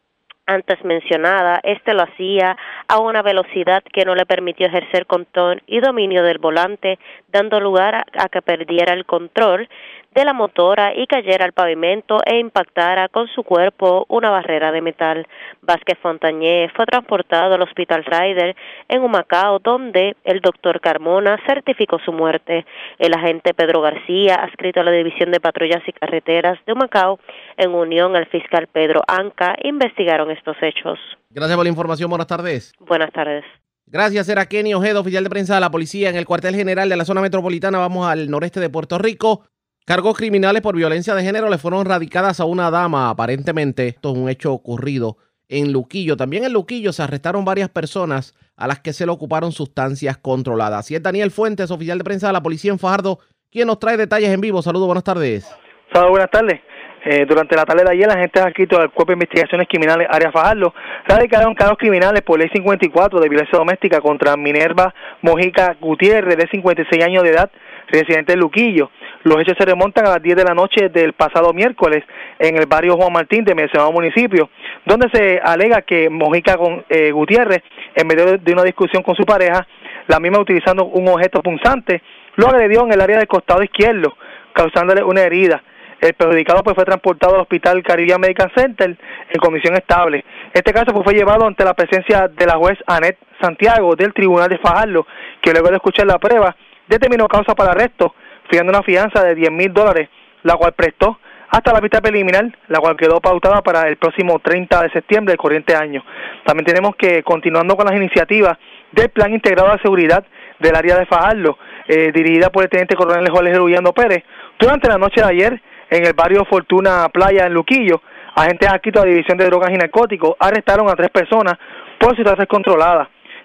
antes mencionada, este lo hacía a una velocidad que no le permitió ejercer control y dominio del volante, dando lugar a que perdiera el control de la motora y cayera al pavimento e impactara con su cuerpo una barrera de metal. Vázquez Fontañez fue transportado al Hospital Ryder en Humacao, donde el doctor Carmona certificó su muerte. El agente Pedro García, adscrito a la División de Patrullas y Carreteras de Humacao, en unión al fiscal Pedro Anca, investigaron estos hechos. Gracias por la información. Buenas tardes. Buenas tardes. Gracias, era Kenny Ojeda, oficial de prensa de la policía en el cuartel general de la zona metropolitana. Vamos al noreste de Puerto Rico. Cargos criminales por violencia de género le fueron radicadas a una dama, aparentemente. Esto es un hecho ocurrido en Luquillo. También en Luquillo se arrestaron varias personas a las que se le ocuparon sustancias controladas. Y es Daniel Fuentes, oficial de prensa de la policía en Fajardo, quien nos trae detalles en vivo. Saludos, buenas tardes. Saludos, buenas tardes. Durante la tarde de ayer, agentes adscritos al Cuerpo de Investigaciones Criminales Área Fajardo radicaron cargos criminales por ley 54 de violencia doméstica contra Minerva Mojica Gutiérrez, de 56 años de edad, residente de Luquillo. Los hechos se remontan a las 10 de la noche del pasado miércoles en el barrio Juan Martín de mencionado municipio, donde se alega que Mojica Gutiérrez, en medio de una discusión con su pareja, la misma utilizando un objeto punzante, lo agredió en el área del costado izquierdo, causándole una herida. El perjudicado fue transportado al Hospital Caribbean Medical Center en condición estable. Este caso fue llevado ante la presencia de la juez Anet Santiago del Tribunal de Fajardo, que luego de escuchar la prueba determinó causa para arresto, fijando una fianza de $10,000, la cual prestó hasta la vista preliminar, la cual quedó pautada para el próximo 30 de septiembre del corriente año. También tenemos que, continuando con las iniciativas del Plan Integrado de Seguridad del área de Fajardo, dirigida por el teniente coronel Jorge Rubiano Pérez, durante la noche de ayer, en el barrio Fortuna Playa en Luquillo, agentes adscritos a la División de Drogas y Narcóticos arrestaron a 3 personas por sustancias controladas.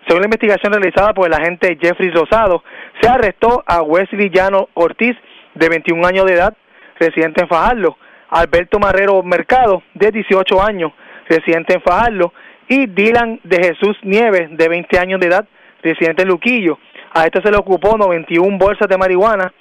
Según la investigación realizada por el agente Jeffrey Rosado, se arrestó a Wesley Llano Ortiz, de 21 años de edad, residente en Fajardo, Alberto Marrero Mercado, de 18 años, residente en Fajardo, y Dylan de Jesús Nieves, de 20 años de edad, residente en Luquillo. A esto se le ocupó 91 bolsas de marihuana,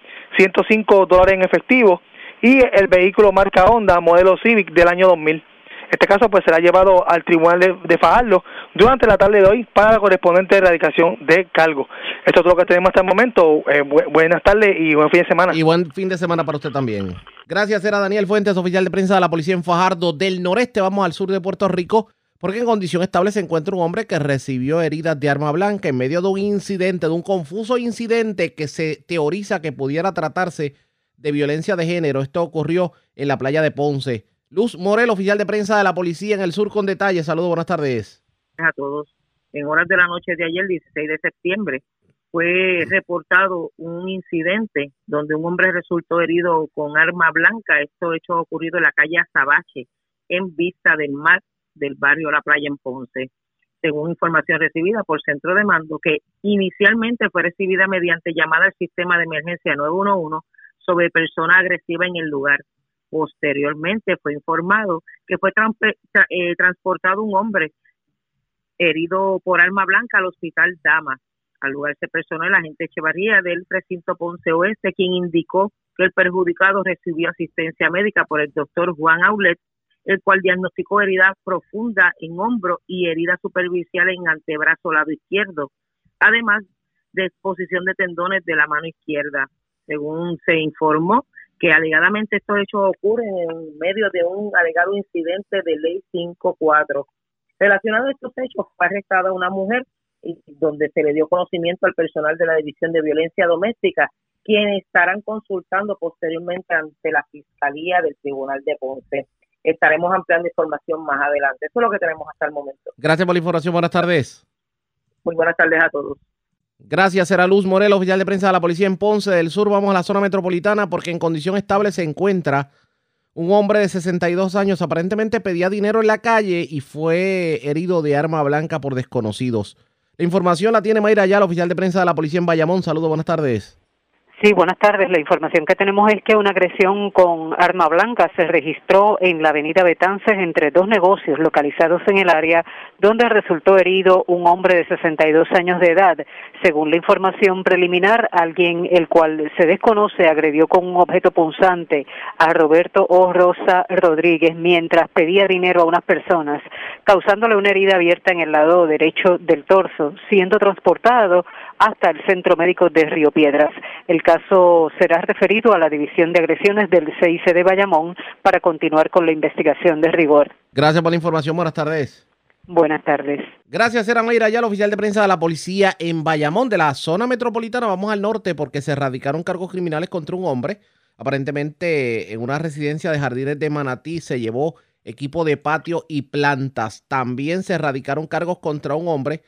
$105 en efectivo y el vehículo marca Honda, modelo Civic del año 2000. Este caso pues será llevado al tribunal de Fajardo durante la tarde de hoy para la correspondiente erradicación de cargo. Esto es todo lo que tenemos hasta el momento. Buenas tardes y buen fin de semana. Y buen fin de semana para usted también. Gracias, era Daniel Fuentes, oficial de prensa de la policía en Fajardo del Noreste. Vamos al sur de Puerto Rico, porque en condición estable se encuentra un hombre que recibió heridas de arma blanca en medio de un incidente, de un confuso incidente que se teoriza que pudiera tratarse de violencia de género. Esto ocurrió en la playa de Ponce. Luz Morel, oficial de prensa de la policía en el sur con detalles. Saludos, buenas tardes. A todos. En horas de la noche de ayer, 16 de septiembre, fue reportado un incidente donde un hombre resultó herido con arma blanca. Esto hecho ocurrido en la calle Azabache, en Vista del Mar, del barrio La Playa en Ponce. Según información recibida por Centro de Mando, que inicialmente fue recibida mediante llamada al sistema de emergencia 911 sobre persona agresiva en el lugar. Posteriormente fue informado que fue transportado un hombre herido por arma blanca al hospital Dama. Al lugar se personó el agente Echevarría del precinto Ponce Oeste, quien indicó que el perjudicado recibió asistencia médica por el doctor Juan Aulet, el cual diagnosticó herida profunda en hombro y herida superficial en antebrazo lado izquierdo, además de exposición de tendones de la mano izquierda. Según se informó, que alegadamente estos hechos ocurren en medio de un alegado incidente de ley 5-4. Relacionado a estos hechos, fue arrestada una mujer donde se le dio conocimiento al personal de la División de Violencia Doméstica, quienes estarán consultando posteriormente ante la Fiscalía del Tribunal de Ponce. Estaremos ampliando información más adelante. Eso es lo que tenemos hasta el momento. Gracias por la información. Buenas tardes. Muy buenas tardes a todos. Gracias, era Luz Morel, oficial de prensa de la policía en Ponce del Sur. Vamos a la zona metropolitana porque en condición estable se encuentra un hombre de 62 años. Aparentemente pedía dinero en la calle y fue herido de arma blanca por desconocidos. La información la tiene Mayra Ayala, oficial de prensa de la policía en Bayamón. Saludos, buenas tardes. Sí, buenas tardes. La información que tenemos es que una agresión con arma blanca se registró en la avenida Betances entre dos negocios localizados en el área, donde resultó herido un hombre de 62 años de edad. Según la información preliminar, alguien el cual se desconoce agredió con un objeto punzante a Roberto O. Rosa Rodríguez mientras pedía dinero a unas personas, causándole una herida abierta en el lado derecho del torso, siendo transportado hasta el Centro Médico de Río Piedras. El caso será referido a la División de Agresiones del CIC de Bayamón para continuar con la investigación de rigor. Gracias por la información. Buenas tardes. Buenas tardes. Gracias, era Mayra Ayala, oficial de prensa de la policía en Bayamón. De la zona metropolitana vamos al norte porque se radicaron cargos criminales contra un hombre. Aparentemente en una residencia de Jardines de Manatí se llevó equipo de patio y plantas. También se radicaron cargos contra un hombre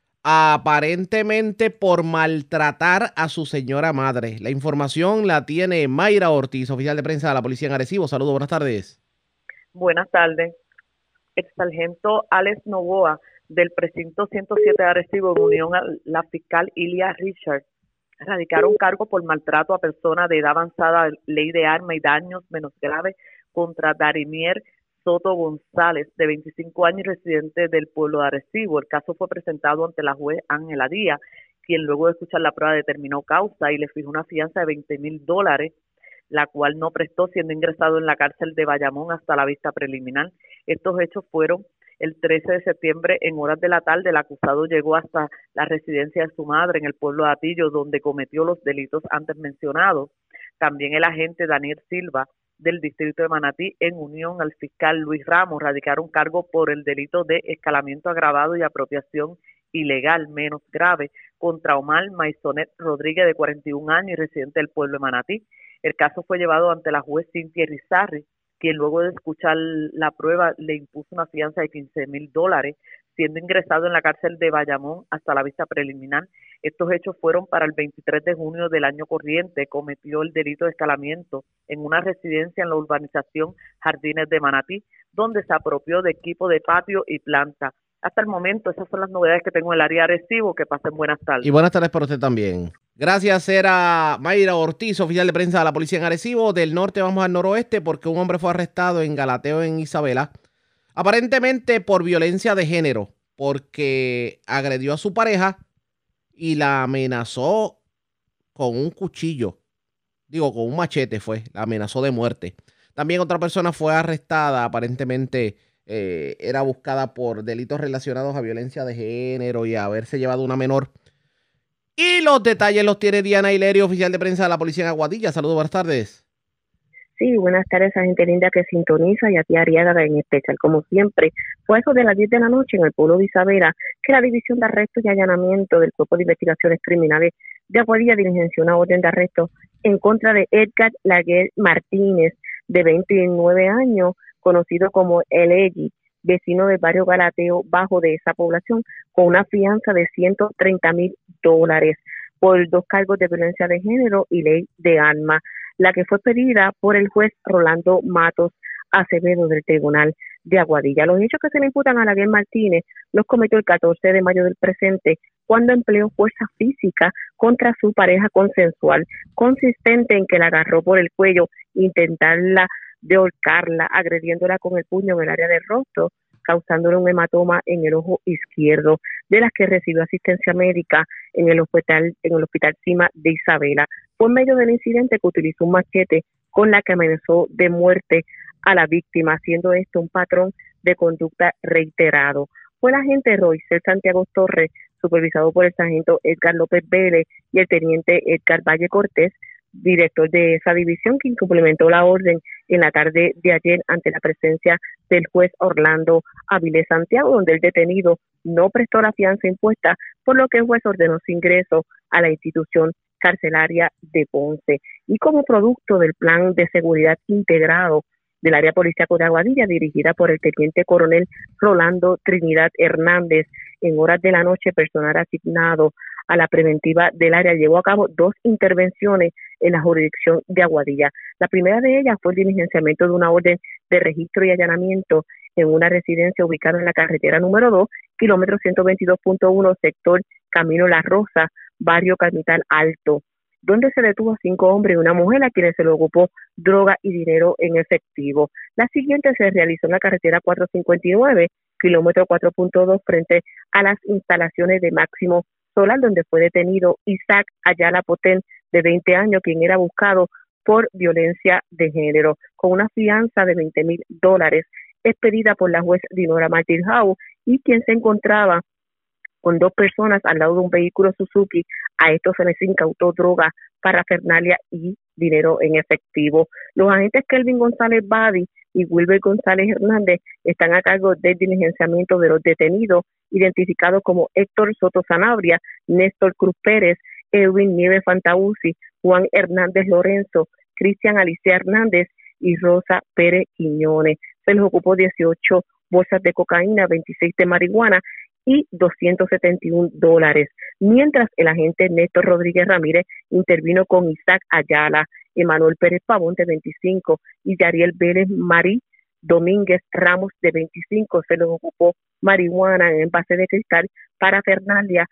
aparentemente por maltratar a su señora madre. La información la tiene Mayra Ortiz, oficial de prensa de la policía en Arecibo. Saludos, buenas tardes. Buenas tardes. Exsargento Alex Novoa, del precinto 107 de Arecibo, en unión a la fiscal Ilia Richard, radicaron cargo por maltrato a personas de edad avanzada, ley de arma y daños menos graves contra Darimier Soto González, de 25 años y residente del pueblo de Arecibo. El caso fue presentado ante la juez Ángela Díaz, quien luego de escuchar la prueba determinó causa y le fijó una fianza de $20,000, la cual no prestó, siendo ingresado en la cárcel de Bayamón hasta la vista preliminar. Estos hechos fueron el 13 de septiembre en horas de la tarde. El acusado llegó hasta la residencia de su madre en el pueblo de Atillo, donde cometió los delitos antes mencionados. También el agente Daniel Silva, del distrito de Manatí, en unión al fiscal Luis Ramos, radicaron cargo por el delito de escalamiento agravado y apropiación ilegal menos grave contra Omar Maisonet Rodríguez, de 41 años y residente del pueblo de Manatí. El caso fue llevado ante la juez Cintia Irizarry, quien luego de escuchar la prueba le impuso una fianza de $15,000, siendo ingresado en la cárcel de Bayamón hasta la vista preliminar. Estos hechos fueron para el 23 de junio del año corriente. Cometió el delito de escalamiento en una residencia en la urbanización Jardines de Manatí, donde se apropió de equipo de patio y planta. hasta el momento esas son las novedades que tengo en el área de Arecibo. Que pasen buenas tardes. Y buenas tardes para usted también. Gracias, era Mayra Ortiz, oficial de prensa de la policía en Arecibo. Del norte vamos al noroeste porque un hombre fue arrestado en Galateo, en Isabela, aparentemente por violencia de género, porque agredió a su pareja y la amenazó con un cuchillo. Digo, con un machete la amenazó de muerte. También otra persona fue arrestada, aparentemente era buscada por delitos relacionados a violencia de género y a haberse llevado una menor. Y los detalles los tiene Diana Hilerio, oficial de prensa de la policía en Aguadilla. Saludos, buenas tardes. Sí, buenas tardes a gente linda que sintoniza y a ti Ariaga en especial. Como siempre, fue eso de las 10 de la noche en el pueblo de Isabela que la División de Arrestos y Allanamiento del Cuerpo de Investigaciones Criminales de Aguadilla diligenció una orden de arresto en contra de Edgar Laguer Martínez, de 29 años, conocido como El Eggy, vecino del barrio Galateo Bajo de esa población, con una fianza de $130,000 por 2 cargos de violencia de género y ley de armas, la que fue pedida por el juez Rolando Matos Acevedo del Tribunal de Aguadilla. Los hechos que se le imputan a Laguer Martínez los cometió el 14 de mayo del presente, cuando empleó fuerza física contra su pareja consensual, consistente en que la agarró por el cuello, intentarla de ahorcarla, agrediéndola con el puño en el área del rostro, causándole un hematoma en el ojo izquierdo, de las que recibió asistencia médica en el hospital Cima de Isabela. Fue en medio del incidente que utilizó un machete con la que amenazó de muerte a la víctima, haciendo esto un patrón de conducta reiterado. Fue el agente Royce Santiago Torres, supervisado por el sargento Edgar López Vélez y el teniente Edgar Valle Cortés, director de esa división, quien complementó la orden en la tarde de ayer ante la presencia del juez Orlando Avilés Santiago, donde el detenido no prestó la fianza impuesta, por lo que el juez ordenó su ingreso a la institución carcelaria de Ponce. Y como producto del plan de seguridad integrado del área policíaca de Aguadilla, dirigida por el teniente coronel Rolando Trinidad Hernández, en horas de la noche, personal asignado a la preventiva del área llevó a cabo 2 intervenciones en la jurisdicción de Aguadilla. La primera de ellas fue el diligenciamiento de una orden de registro y allanamiento en una residencia ubicada en la carretera número 2, kilómetro 122.1, sector Camino La Rosa, barrio Carmital Alto, donde se detuvo a 5 hombres y una mujer a quienes se le ocupó droga y dinero en efectivo. La siguiente se realizó en la carretera 459, kilómetro 4.2, frente a las instalaciones de Máximo Solar, donde fue detenido Isaac Ayala Potén, de 20 años, quien era buscado por violencia de género, con una fianza de $20,000 expedida por la juez Dinora Martín Jau, y quien se encontraba con 2 personas al lado de un vehículo Suzuki. A estos se les incautó droga, parafernalia y dinero en efectivo. Los agentes Kelvin González Badi y Wilber González Hernández están a cargo del diligenciamiento de los detenidos, identificados como Héctor Soto Sanabria, Néstor Cruz Pérez, Edwin Nieves Fantauzzi, Juan Hernández Lorenzo, Cristian Alicia Hernández y Rosa Pérez Quiñones. Se les ocupó 18 bolsas de cocaína, 26 de marihuana y $271, mientras el agente Néstor Rodríguez Ramírez intervino con Isaac Ayala, Emanuel Pérez Pavón, de 25, y Yariel Vélez Marí Domínguez Ramos, de 25. Se les ocupó marihuana en envase de cristal, parafernalia,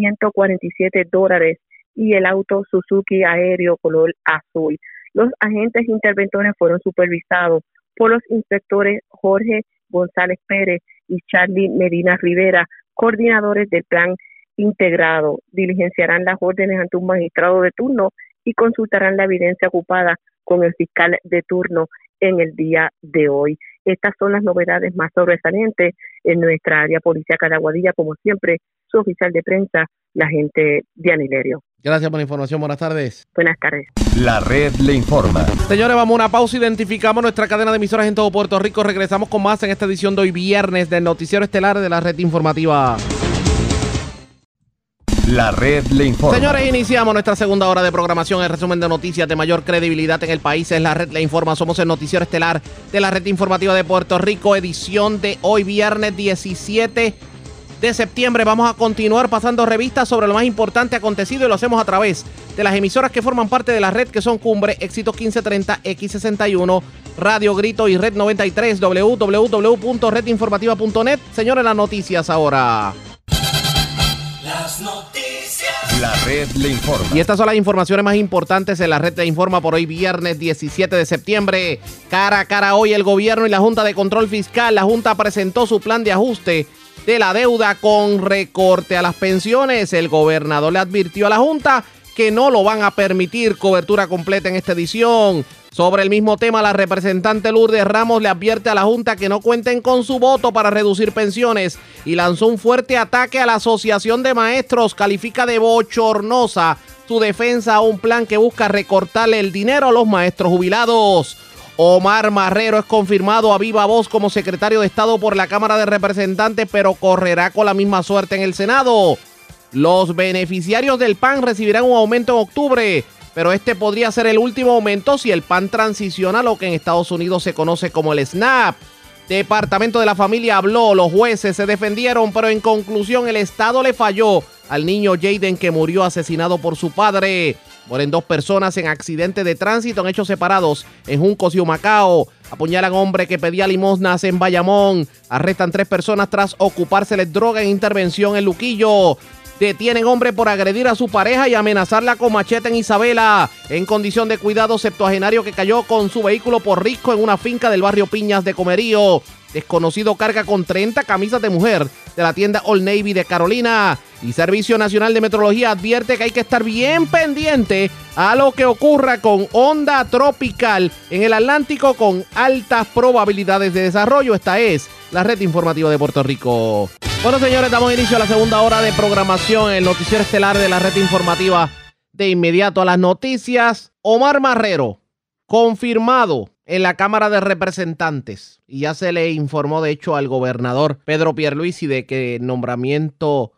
$147, y el auto Suzuki aéreo color azul. Los agentes interventores fueron supervisados por los inspectores Jorge González Pérez y Charlie Medina Rivera, coordinadores del plan integrado. Diligenciarán las órdenes ante un magistrado de turno y consultarán la evidencia ocupada con el fiscal de turno en el día de hoy. Estas son las novedades más sobresalientes en nuestra área policíaca de Aguadilla. Como siempre, su oficial de prensa, la agente Diana Hilerio. Gracias por la información. Buenas tardes. Buenas tardes. La red le informa. Señores, vamos a una pausa. Identificamos nuestra cadena de emisoras en todo Puerto Rico. Regresamos con más en esta edición de hoy viernes del Noticiero Estelar de la Red Informativa. La red le informa. Señores, iniciamos nuestra segunda hora de programación. El resumen de noticias de mayor credibilidad en el país es La Red le informa. Somos el Noticiero Estelar de la Red Informativa de Puerto Rico, edición de hoy viernes 17 de septiembre. Vamos a continuar pasando revistas sobre lo más importante acontecido y lo hacemos a través de las emisoras que forman parte de la red, que son Cumbre, Éxito 1530, X61, Radio Grito y Red 93, www.redinformativa.net. Señores, las noticias ahora. Las noticias. La red le informa. Y estas son las informaciones más importantes en la red le informa por hoy viernes 17 de septiembre. Cara a cara hoy el gobierno y la Junta de Control Fiscal. La Junta presentó su plan de ajuste de la deuda con recorte a las pensiones. El gobernador le advirtió a la Junta que no lo van a permitir cobertura completa en esta edición. Sobre el mismo tema, la representante Lourdes Ramos le advierte a la Junta que no cuenten con su voto para reducir pensiones y lanzó un fuerte ataque a la Asociación de Maestros. Califica de bochornosa su defensa a un plan que busca recortarle el dinero a los maestros jubilados. Omar Marrero es confirmado a viva voz como secretario de Estado por la Cámara de Representantes, pero correrá con la misma suerte en el Senado. Los beneficiarios del PAN recibirán un aumento en octubre, pero este podría ser el último aumento si el PAN transiciona a lo que en Estados Unidos se conoce como el SNAP. Departamento de la Familia habló, los jueces se defendieron, pero en conclusión el Estado le falló al niño Jaden que murió asesinado por su padre. Mueren 2 personas en accidente de tránsito en hechos separados en Juncos y Humacao. Apuñalan hombre que pedía limosnas en Bayamón. Arrestan 3 personas tras ocupárseles droga en intervención en Luquillo. Detienen hombre por agredir a su pareja y amenazarla con machete en Isabela. En condición de cuidado, septuagenario que cayó con su vehículo por risco en una finca del barrio Piñas de Comerío. Desconocido carga con 30 camisas de mujer de la tienda Old Navy de Carolina. Y Servicio Nacional de Meteorología advierte que hay que estar bien pendiente a lo que ocurra con onda tropical en el Atlántico con altas probabilidades de desarrollo. Esta es la red informativa de Puerto Rico. Bueno, señores, damos inicio a la segunda hora de programación en el noticiero estelar de la red informativa. De inmediato a las noticias. Omar Marrero, confirmado en la Cámara de Representantes. Y ya se le informó, de hecho, al gobernador Pedro Pierluisi de que el nombramiento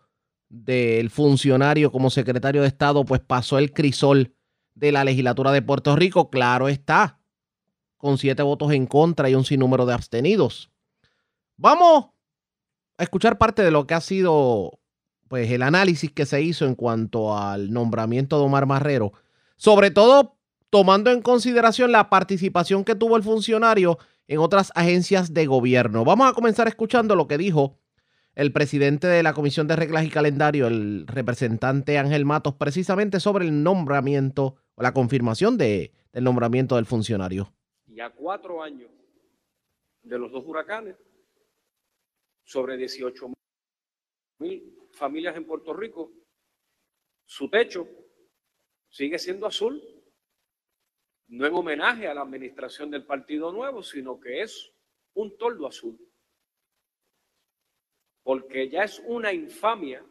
del funcionario como secretario de Estado pues pasó el crisol de la legislatura de Puerto Rico. Claro está, con 7 votos en contra y un sinnúmero de abstenidos. Vamos a escuchar parte de lo que ha sido pues el análisis que se hizo en cuanto al nombramiento de Omar Marrero, sobre todo tomando en consideración la participación que tuvo el funcionario en otras agencias de gobierno. Vamos a comenzar escuchando lo que dijo el presidente de la Comisión de Reglas y Calendario, el representante Ángel Matos, precisamente sobre el nombramiento o la confirmación del nombramiento del funcionario. Ya 4 años de los 2 huracanes, sobre 18,000 familias en Puerto Rico, su techo sigue siendo azul, no en homenaje a la administración del Partido Nuevo, sino que es un toldo azul. Porque ya es una infamia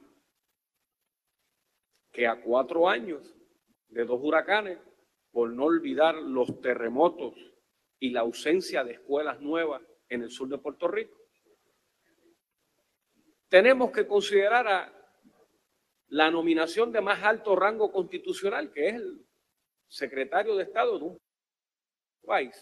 que a 4 años de 2 huracanes, por no olvidar los terremotos y la ausencia de escuelas nuevas en el sur de Puerto Rico, tenemos que considerar a la nominación de más alto rango constitucional, que es el secretario de Estado de un país.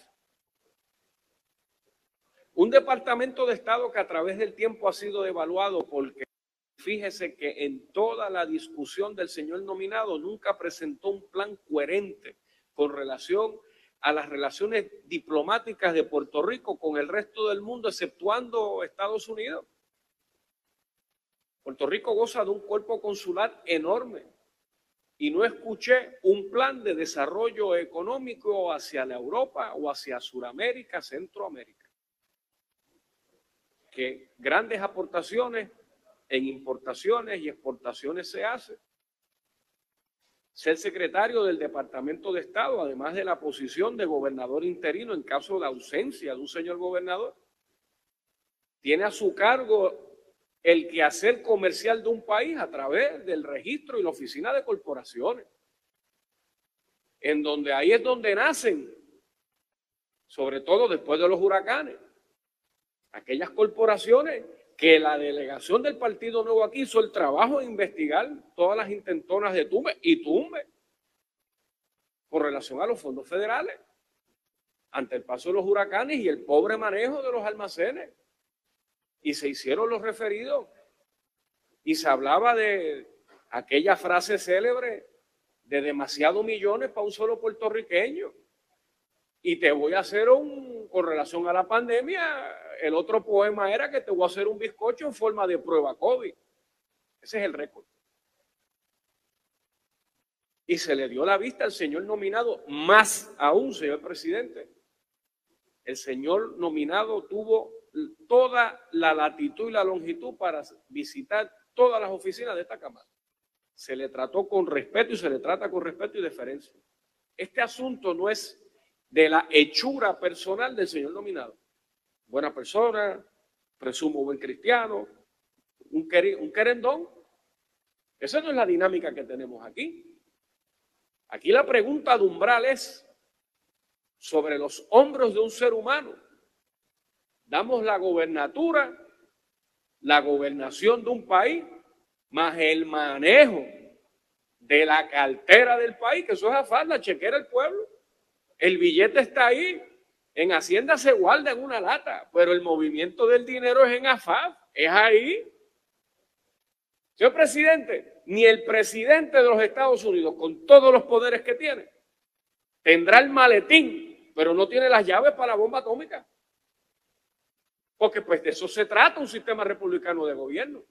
Un departamento de Estado que a través del tiempo ha sido devaluado porque fíjese que en toda la discusión del señor nominado nunca presentó un plan coherente con relación a las relaciones diplomáticas de Puerto Rico con el resto del mundo, exceptuando Estados Unidos. Puerto Rico goza de un cuerpo consular enorme y no escuché un plan de desarrollo económico hacia la Europa o hacia Sudamérica, Centroamérica. Que grandes aportaciones en importaciones y exportaciones se hacen. Ser secretario del Departamento de Estado, además de la posición de gobernador interino en caso de ausencia de un señor gobernador, tiene a su cargo el quehacer comercial de un país a través del registro y la oficina de corporaciones, en donde ahí es donde nacen, sobre todo después de los huracanes, aquellas corporaciones que la delegación del Partido Nuevo aquí hizo el trabajo de investigar todas las intentonas de tumbe y tumbe con relación a los fondos federales ante el paso de los huracanes y el pobre manejo de los almacenes. Y se hicieron los referidos y se hablaba de aquella frase célebre de demasiados millones para un solo puertorriqueño. Y te voy a hacer con relación a la pandemia, el otro poema era que te voy a hacer un bizcocho en forma de prueba COVID. Ese es el récord. Y se le dio la vista al señor nominado, más aún, señor presidente. El señor nominado tuvo toda la latitud y la longitud para visitar todas las oficinas de esta Cámara. Se le trató con respeto y se le trata con respeto y deferencia. Este asunto no es de la hechura personal del señor nominado. Buena persona, presumo buen cristiano, un querendón. Esa no es la dinámica que tenemos aquí. Aquí la pregunta de umbral es sobre los hombros de un ser humano. Damos la gobernatura, la gobernación de un país, más el manejo de la cartera del país, que eso es afán, la chequera del pueblo. El billete está ahí, en Hacienda se guarda en una lata, pero el movimiento del dinero es en AFAF, es ahí. Señor presidente, ni el presidente de los Estados Unidos, con todos los poderes que tiene, tendrá el maletín, pero no tiene las llaves para la bomba atómica. Porque pues de eso se trata un sistema republicano de gobierno.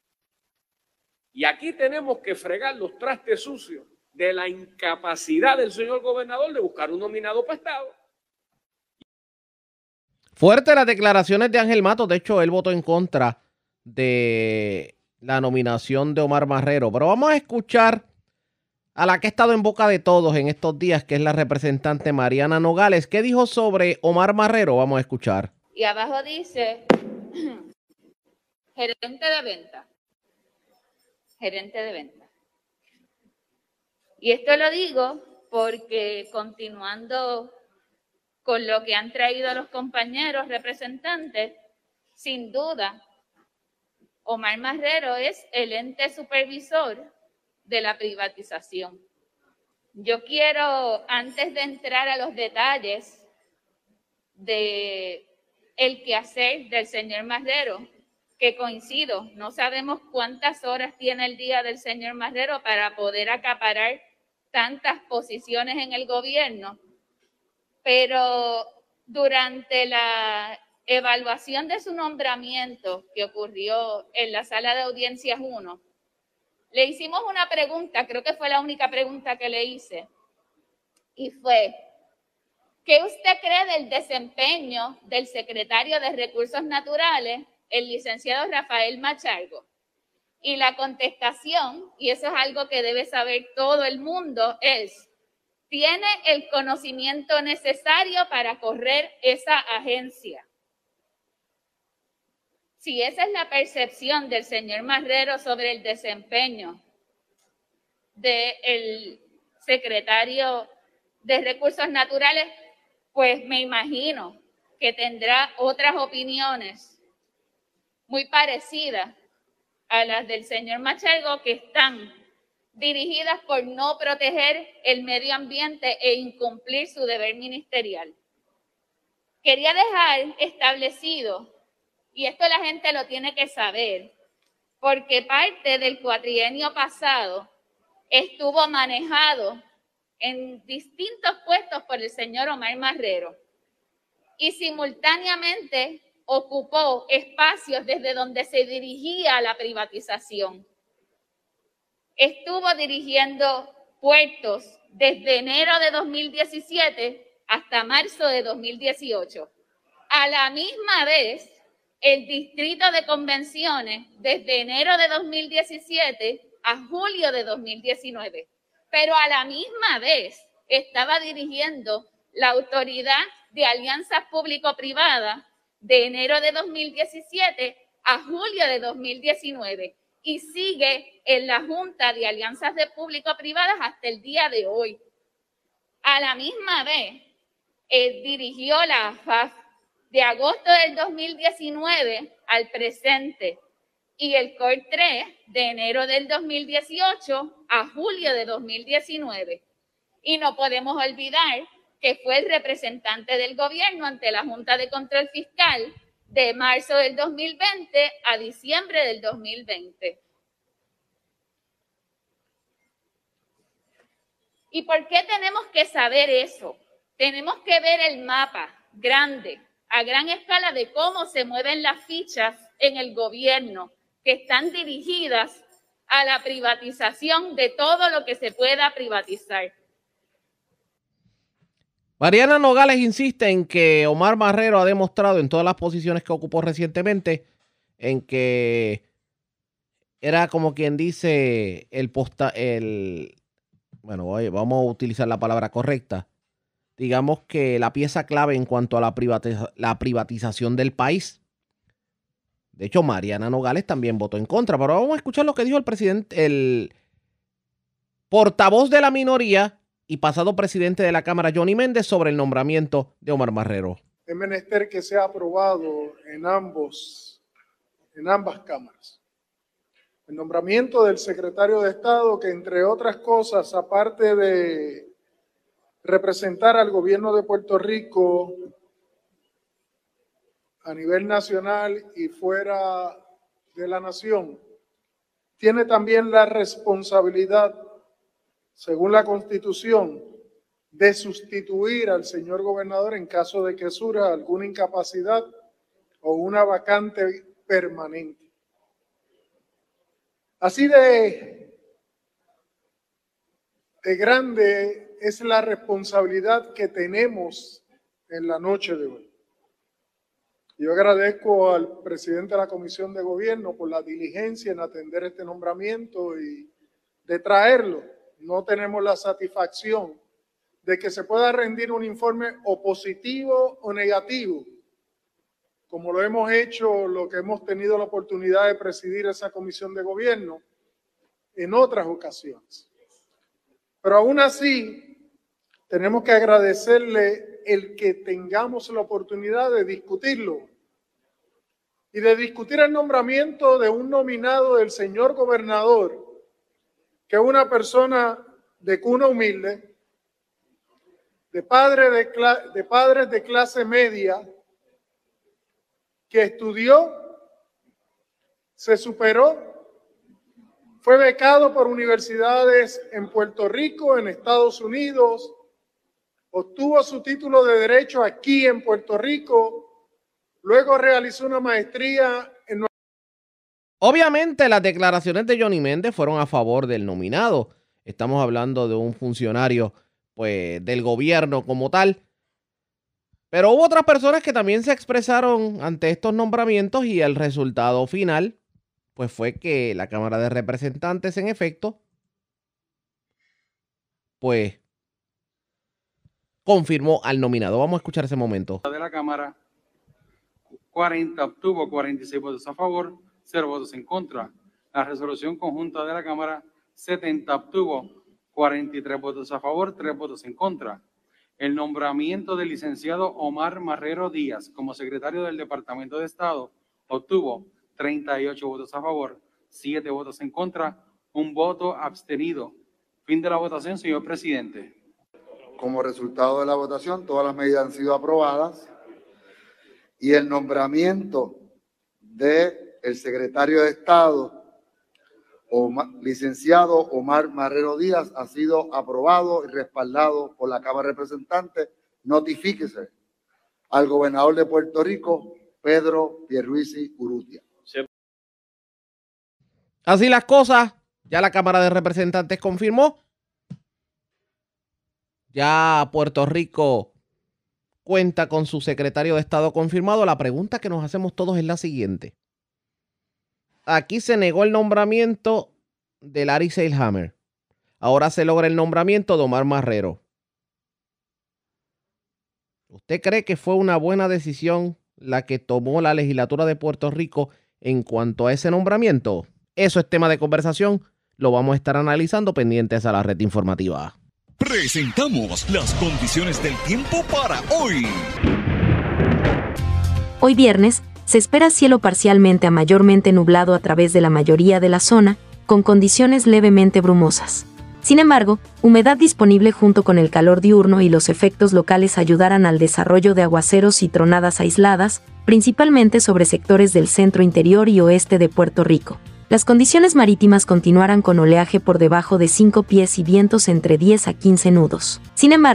Y aquí tenemos que fregar los trastes sucios de la incapacidad del señor gobernador de buscar un nominado para Estado. Fuerte las declaraciones de Ángel Matos. De hecho, él votó en contra de la nominación de Omar Marrero. Pero vamos a escuchar a la que ha estado en boca de todos en estos días, que es la representante Mariana Nogales. ¿Qué dijo sobre Omar Marrero? Vamos a escuchar. Y abajo dice gerente de venta. Gerente de venta. Y esto lo digo porque, continuando con lo que han traído los compañeros representantes, sin duda, Omar Marrero es el ente supervisor de la privatización. Yo quiero, antes de entrar a los detalles de el quehacer del señor Marrero, que coincido, no sabemos cuántas horas tiene el día del señor Marrero para poder acaparar tantas posiciones en el gobierno, pero durante la evaluación de su nombramiento que ocurrió en la sala de audiencias 1, le hicimos una pregunta, creo que fue la única pregunta que le hice, y fue: ¿qué usted cree del desempeño del secretario de Recursos Naturales, el licenciado Rafael Machargo? Y la contestación, y eso es algo que debe saber todo el mundo, es: tiene el conocimiento necesario para correr esa agencia. Si esa es la percepción del señor Marrero sobre el desempeño del secretario de Recursos Naturales, pues me imagino que tendrá otras opiniones muy parecidas a las del señor Machargo, que están dirigidas por no proteger el medio ambiente e incumplir su deber ministerial. Quería dejar establecido, y esto la gente lo tiene que saber, porque parte del cuatrienio pasado estuvo manejado en distintos puestos por el señor Omar Marrero y simultáneamente ocupó espacios desde donde se dirigía la privatización. Estuvo dirigiendo puertos desde enero de 2017 hasta marzo de 2018. A la misma vez, el Distrito de Convenciones desde enero de 2017 a julio de 2019. Pero a la misma vez estaba dirigiendo la Autoridad de Alianzas Público-Privadas de enero de 2017 a julio de 2019 y sigue en la Junta de Alianzas de Público-Privadas hasta el día de hoy. A la misma vez, dirigió la AFAF de agosto del 2019 al presente y el COR 3 de enero del 2018 a julio de 2019. Y no podemos olvidar que fue el representante del gobierno ante la Junta de Control Fiscal de marzo del 2020 a diciembre del 2020. ¿Y por qué tenemos que saber eso? Tenemos que ver el mapa grande, a gran escala, de cómo se mueven las fichas en el gobierno que están dirigidas a la privatización de todo lo que se pueda privatizar. Mariana Nogales insiste en que Omar Marrero ha demostrado en todas las posiciones que ocupó recientemente en que era, como quien dice, bueno, vamos a utilizar la palabra correcta, digamos que la pieza clave en cuanto a la privatización del país. De hecho, Mariana Nogales también votó en contra, pero vamos a escuchar lo que dijo el portavoz de la minoría y pasado presidente de la Cámara, Johnny Méndez, sobre el nombramiento de Omar Marrero. Es menester que sea aprobado en ambas cámaras. El nombramiento del secretario de Estado, que entre otras cosas, aparte de representar al gobierno de Puerto Rico a nivel nacional y fuera de la nación, tiene también la responsabilidad, según la Constitución, de sustituir al señor gobernador en caso de que surja alguna incapacidad o una vacante permanente. Así de grande es la responsabilidad que tenemos en la noche de hoy. Yo agradezco al presidente de la Comisión de Gobierno por la diligencia en atender este nombramiento y de traerlo. No tenemos la satisfacción de que se pueda rendir un informe o positivo o negativo, como lo hemos hecho, lo que hemos tenido la oportunidad de presidir esa Comisión de Gobierno en otras ocasiones. Pero aún así, tenemos que agradecerle el que tengamos la oportunidad de discutirlo y de discutir el nombramiento de un nominado del señor gobernador, que es una persona de cuna humilde, de padres de clase media, que estudió, se superó, fue becado por universidades en Puerto Rico, en Estados Unidos, obtuvo su título de Derecho aquí en Puerto Rico, luego realizó una maestría en... Obviamente las declaraciones de Johnny Méndez fueron a favor del nominado. Estamos hablando de un funcionario, pues, del gobierno como tal. Pero hubo otras personas que también se expresaron ante estos nombramientos y el resultado final, pues, fue que la Cámara de Representantes, en efecto, pues, confirmó al nominado. Vamos a escuchar ese momento. De la Cámara, obtuvo 46 votos a favor, 0 votos en contra. La resolución conjunta de la Cámara 70 obtuvo 43 votos a favor, 3 votos en contra. El nombramiento del licenciado Omar Marrero Díaz como secretario del Departamento de Estado obtuvo 38 votos a favor, 7 votos en contra, 1 voto abstenido. Fin de la votación, señor presidente. Como resultado de la votación, todas las medidas han sido aprobadas y el nombramiento del secretario de Estado, licenciado Omar Marrero Díaz, ha sido aprobado y respaldado por la Cámara de Representantes. Notifíquese al gobernador de Puerto Rico, Pedro Pierluisi Urrutia. Así las cosas, ya la Cámara de Representantes confirmó. Ya Puerto Rico cuenta con su secretario de Estado confirmado. La pregunta que nos hacemos todos es la siguiente. Aquí se negó el nombramiento de Larry Selhammer. Ahora se logra el nombramiento de Omar Marrero. ¿Usted cree que fue una buena decisión la que tomó la legislatura de Puerto Rico en cuanto a ese nombramiento? Eso es tema de conversación. Lo vamos a estar analizando pendientes a la red informativa. Presentamos las condiciones del tiempo para hoy. Hoy viernes, se espera cielo parcialmente a mayormente nublado a través de la mayoría de la zona, con condiciones levemente brumosas. Sin embargo, humedad disponible junto con el calor diurno y los efectos locales ayudarán al desarrollo de aguaceros y tronadas aisladas, principalmente sobre sectores del centro interior y oeste de Puerto Rico. Las condiciones marítimas continuarán con oleaje por debajo de 5 pies y vientos entre 10 a 15 nudos. Sin embargo,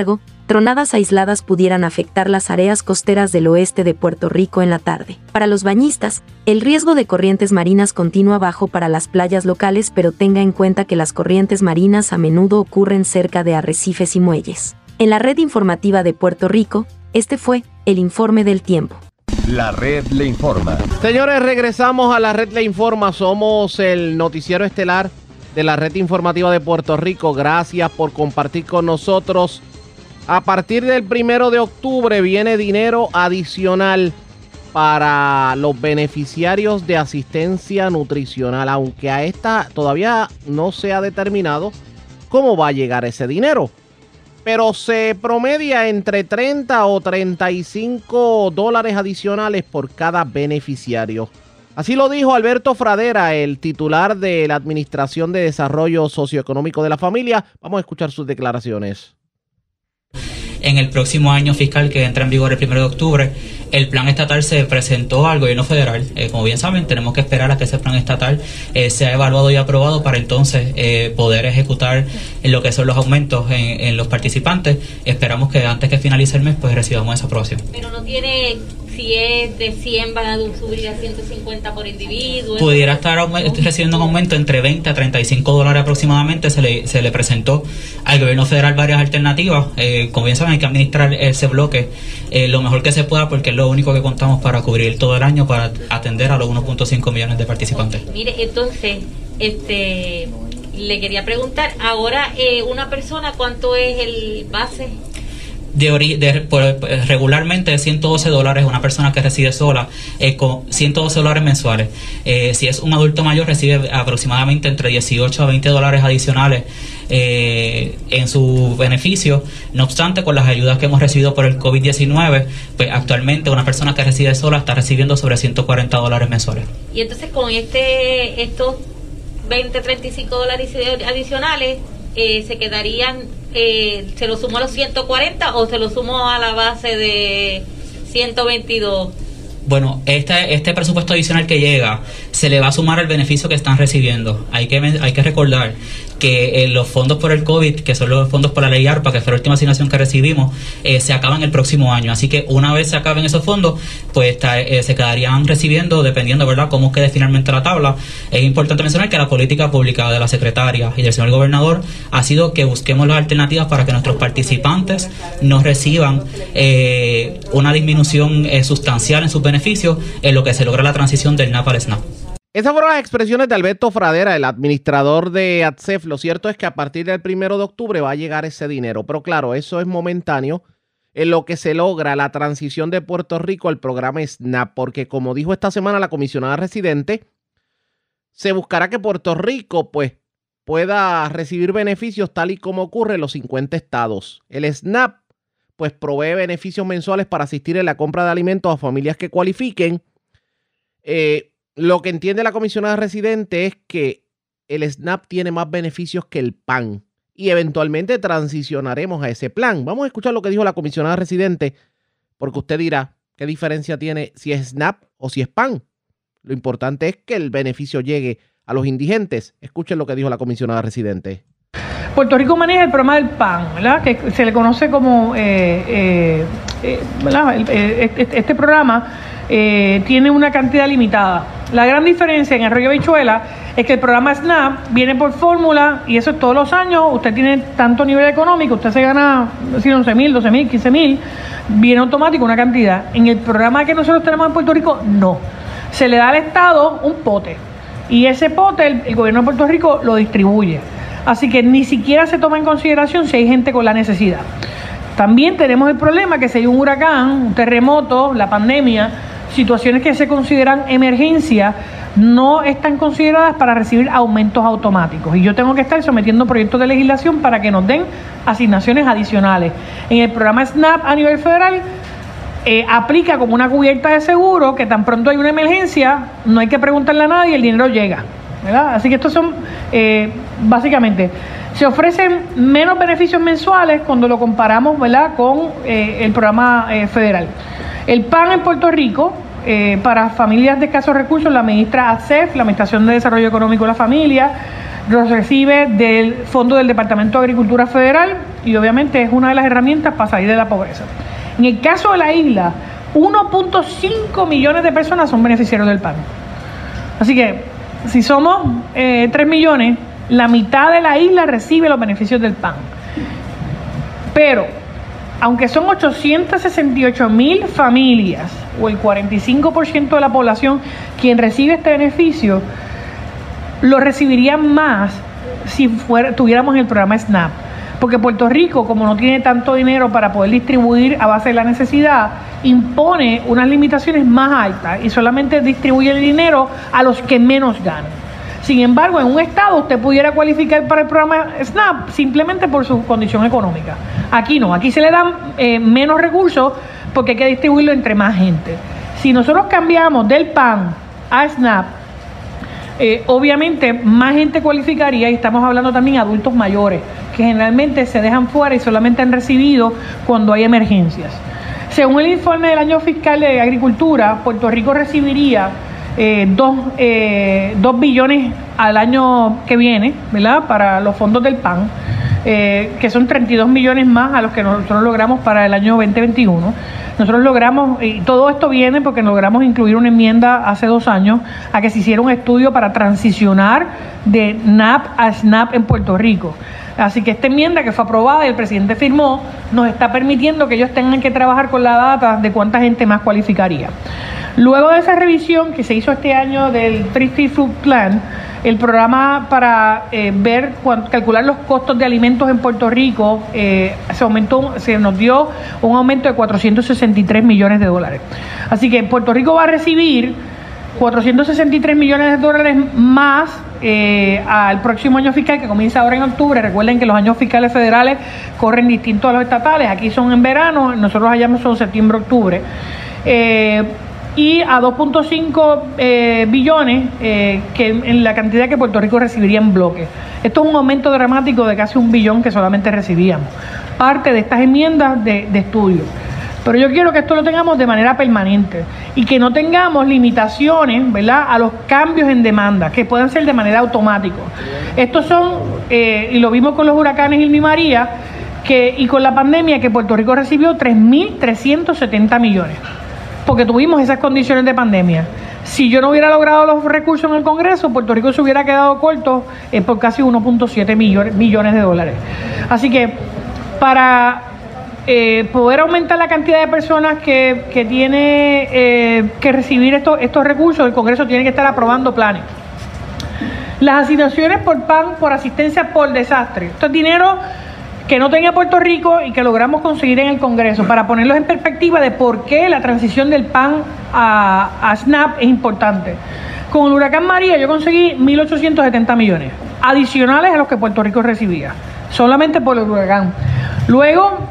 tronadas aisladas pudieran afectar las áreas costeras del oeste de Puerto Rico en la tarde. Para los bañistas, el riesgo de corrientes marinas continúa bajo para las playas locales, pero tenga en cuenta que las corrientes marinas a menudo ocurren cerca de arrecifes y muelles. En la red informativa de Puerto Rico, este fue el informe del tiempo. La red le informa. Señores, regresamos a la red le informa. Somos el noticiero estelar de la red informativa de Puerto Rico. Gracias por compartir con nosotros. A partir del 1 de octubre viene dinero adicional para los beneficiarios de asistencia nutricional, aunque a esta todavía no se ha determinado cómo va a llegar ese dinero. Pero se promedia entre 30 o 35 dólares adicionales por cada beneficiario. Así lo dijo Alberto Fradera, el titular de la Administración de Desarrollo Socioeconómico de la Familia. Vamos a escuchar sus declaraciones. En el próximo año fiscal que entra en vigor el 1 de octubre, el plan estatal se presentó al gobierno federal. Como bien saben, tenemos que esperar a que ese plan estatal sea evaluado y aprobado para entonces poder ejecutar lo que son los aumentos en los participantes. Esperamos que antes que finalice el mes pues recibamos esa aprobación. Pero no tiene, si es de 100 van a subir a 150 por individuo. Pudiera estar recibiendo un aumento entre 20 a 35 dólares aproximadamente. Se le presentó al gobierno federal varias alternativas. Como bien saben, hay que administrar ese bloque lo mejor que se pueda, porque es lo único que contamos para cubrir todo el año, para atender a los 1.5 millones de participantes. Mire, entonces, le quería preguntar, ahora una persona, ¿cuánto es el base? Regularmente $112 una persona que reside sola, con $112 mensuales. Si es un adulto mayor, recibe aproximadamente entre 18 a 20 dólares adicionales en su beneficio. No obstante, con las ayudas que hemos recibido por el COVID-19, pues actualmente una persona que reside sola está recibiendo sobre $140 mensuales. Y entonces con estos 20, 35 dólares adicionales, se quedarían, ¿se lo sumo a los 140 o se lo sumo a la base de 122? Bueno, este presupuesto adicional que llega se le va a sumar al beneficio que están recibiendo. Hay que recordar que los fondos por el COVID, que son los fondos por la ley ARPA, que fue la última asignación que recibimos, se acaban el próximo año. Así que una vez se acaben esos fondos, pues se quedarían recibiendo, dependiendo, ¿verdad?, cómo quede finalmente la tabla. Es importante mencionar que la política pública de la secretaria y del señor gobernador ha sido que busquemos las alternativas para que nuestros participantes no reciban una disminución sustancial en sus beneficios, en lo que se logra la transición del NAP al SNAP. Esas fueron las expresiones de Alberto Fradera, el administrador de ATSEF. Lo cierto es que a partir del 1 de octubre va a llegar ese dinero. Pero claro, eso es momentáneo en lo que se logra la transición de Puerto Rico al programa SNAP. Porque como dijo esta semana la comisionada residente, se buscará que Puerto Rico pues pueda recibir beneficios tal y como ocurre en los 50 estados. El SNAP pues provee beneficios mensuales para asistir en la compra de alimentos a familias que cualifiquen. Lo que entiende la comisionada residente es que el SNAP tiene más beneficios que el PAN y eventualmente transicionaremos a ese plan. Vamos a escuchar lo que dijo la comisionada residente, porque usted dirá, ¿qué diferencia tiene si es SNAP o si es PAN? Lo importante es que el beneficio llegue a los indigentes. Escuchen lo que dijo la comisionada residente. Puerto Rico maneja el programa del PAN, ¿verdad?, que se le conoce como ¿verdad? Este programa tiene una cantidad limitada. La gran diferencia en Arroyo Habichuela es que el programa SNAP viene por fórmula y eso es todos los años. Usted tiene tanto nivel económico, usted se gana 11,000, 12,000, 15,000, viene automático una cantidad. En el programa que nosotros tenemos en Puerto Rico, no. Se le da al Estado un pote y ese pote el gobierno de Puerto Rico lo distribuye. Así que ni siquiera se toma en consideración si hay gente con la necesidad. También tenemos el problema que si hay un huracán, un terremoto, la pandemia, situaciones que se consideran emergencia, no están consideradas para recibir aumentos automáticos. Y yo tengo que estar sometiendo proyectos de legislación para que nos den asignaciones adicionales. En el programa SNAP a nivel federal, aplica como una cubierta de seguro, que tan pronto hay una emergencia, no hay que preguntarle a nadie, el dinero llega, ¿verdad? Así que estos son, básicamente, se ofrecen menos beneficios mensuales cuando lo comparamos, ¿verdad?, con el programa federal. El PAN en Puerto Rico, para familias de escasos recursos, la administra ATSEF, la Administración de Desarrollo Económico de la Familia, los recibe del Fondo del Departamento de Agricultura Federal y obviamente es una de las herramientas para salir de la pobreza. En el caso de la isla, 1.5 millones de personas son beneficiarios del PAN. Así que si somos 3 millones, la mitad de la isla recibe los beneficios del PAN. Pero, aunque son 868,000 familias, o el 45% de la población quien recibe este beneficio, lo recibirían más si tuviéramos el programa SNAP. Porque Puerto Rico, como no tiene tanto dinero para poder distribuir a base de la necesidad, impone unas limitaciones más altas y solamente distribuye el dinero a los que menos ganan. Sin embargo, en un estado usted pudiera cualificar para el programa SNAP simplemente por su condición económica. Aquí no, aquí se le dan menos recursos porque hay que distribuirlo entre más gente. Si nosotros cambiamos del PAN a SNAP, obviamente más gente cualificaría, y estamos hablando también de adultos mayores, que generalmente se dejan fuera y solamente han recibido cuando hay emergencias. Según el informe del año fiscal de Agricultura, Puerto Rico recibiría 2 billones al año que viene, ¿verdad?, para los fondos del PAN, que son 32 millones más a los que nosotros logramos para el año 2021. Nosotros logramos, y todo esto viene porque logramos incluir una enmienda hace 2 años a que se hiciera un estudio para transicionar de NAP a SNAP en Puerto Rico. Así que esta enmienda que fue aprobada y el presidente firmó, nos está permitiendo que ellos tengan que trabajar con la data de cuánta gente más cualificaría. Luego de esa revisión que se hizo este año del Thrifty Food Plan, el programa para calcular los costos de alimentos en Puerto Rico se nos dio un aumento de 463 millones de dólares. Así que Puerto Rico va a recibir 463 millones de dólares más al próximo año fiscal, que comienza ahora en octubre. Recuerden que los años fiscales federales corren distintos a los estatales. Aquí son en verano, nosotros allá son septiembre-octubre. Y a 2.5 billones, que en la cantidad que Puerto Rico recibiría en bloque. Esto es un aumento dramático de casi 1 billón que solamente recibíamos. Parte de estas enmiendas de estudio. Pero yo quiero que esto lo tengamos de manera permanente y que no tengamos limitaciones, ¿verdad?, a los cambios en demanda, que puedan ser de manera automática. Estos son, y lo vimos con los huracanes Irma y María, y con la pandemia, que Puerto Rico recibió 3.370 millones. Porque tuvimos esas condiciones de pandemia. Si yo no hubiera logrado los recursos en el Congreso, Puerto Rico se hubiera quedado corto por casi 1.7 millones de dólares. Así que para poder aumentar la cantidad de personas que tiene que recibir estos recursos, el Congreso tiene que estar aprobando planes. Las asignaciones por PAN, por asistencia por desastre. Esto es dinero que no tenía Puerto Rico y que logramos conseguir en el Congreso, para ponerlos en perspectiva de por qué la transición del PAN a SNAP es importante. Con el huracán María yo conseguí 1.870 millones, adicionales a los que Puerto Rico recibía, solamente por el huracán. Luego,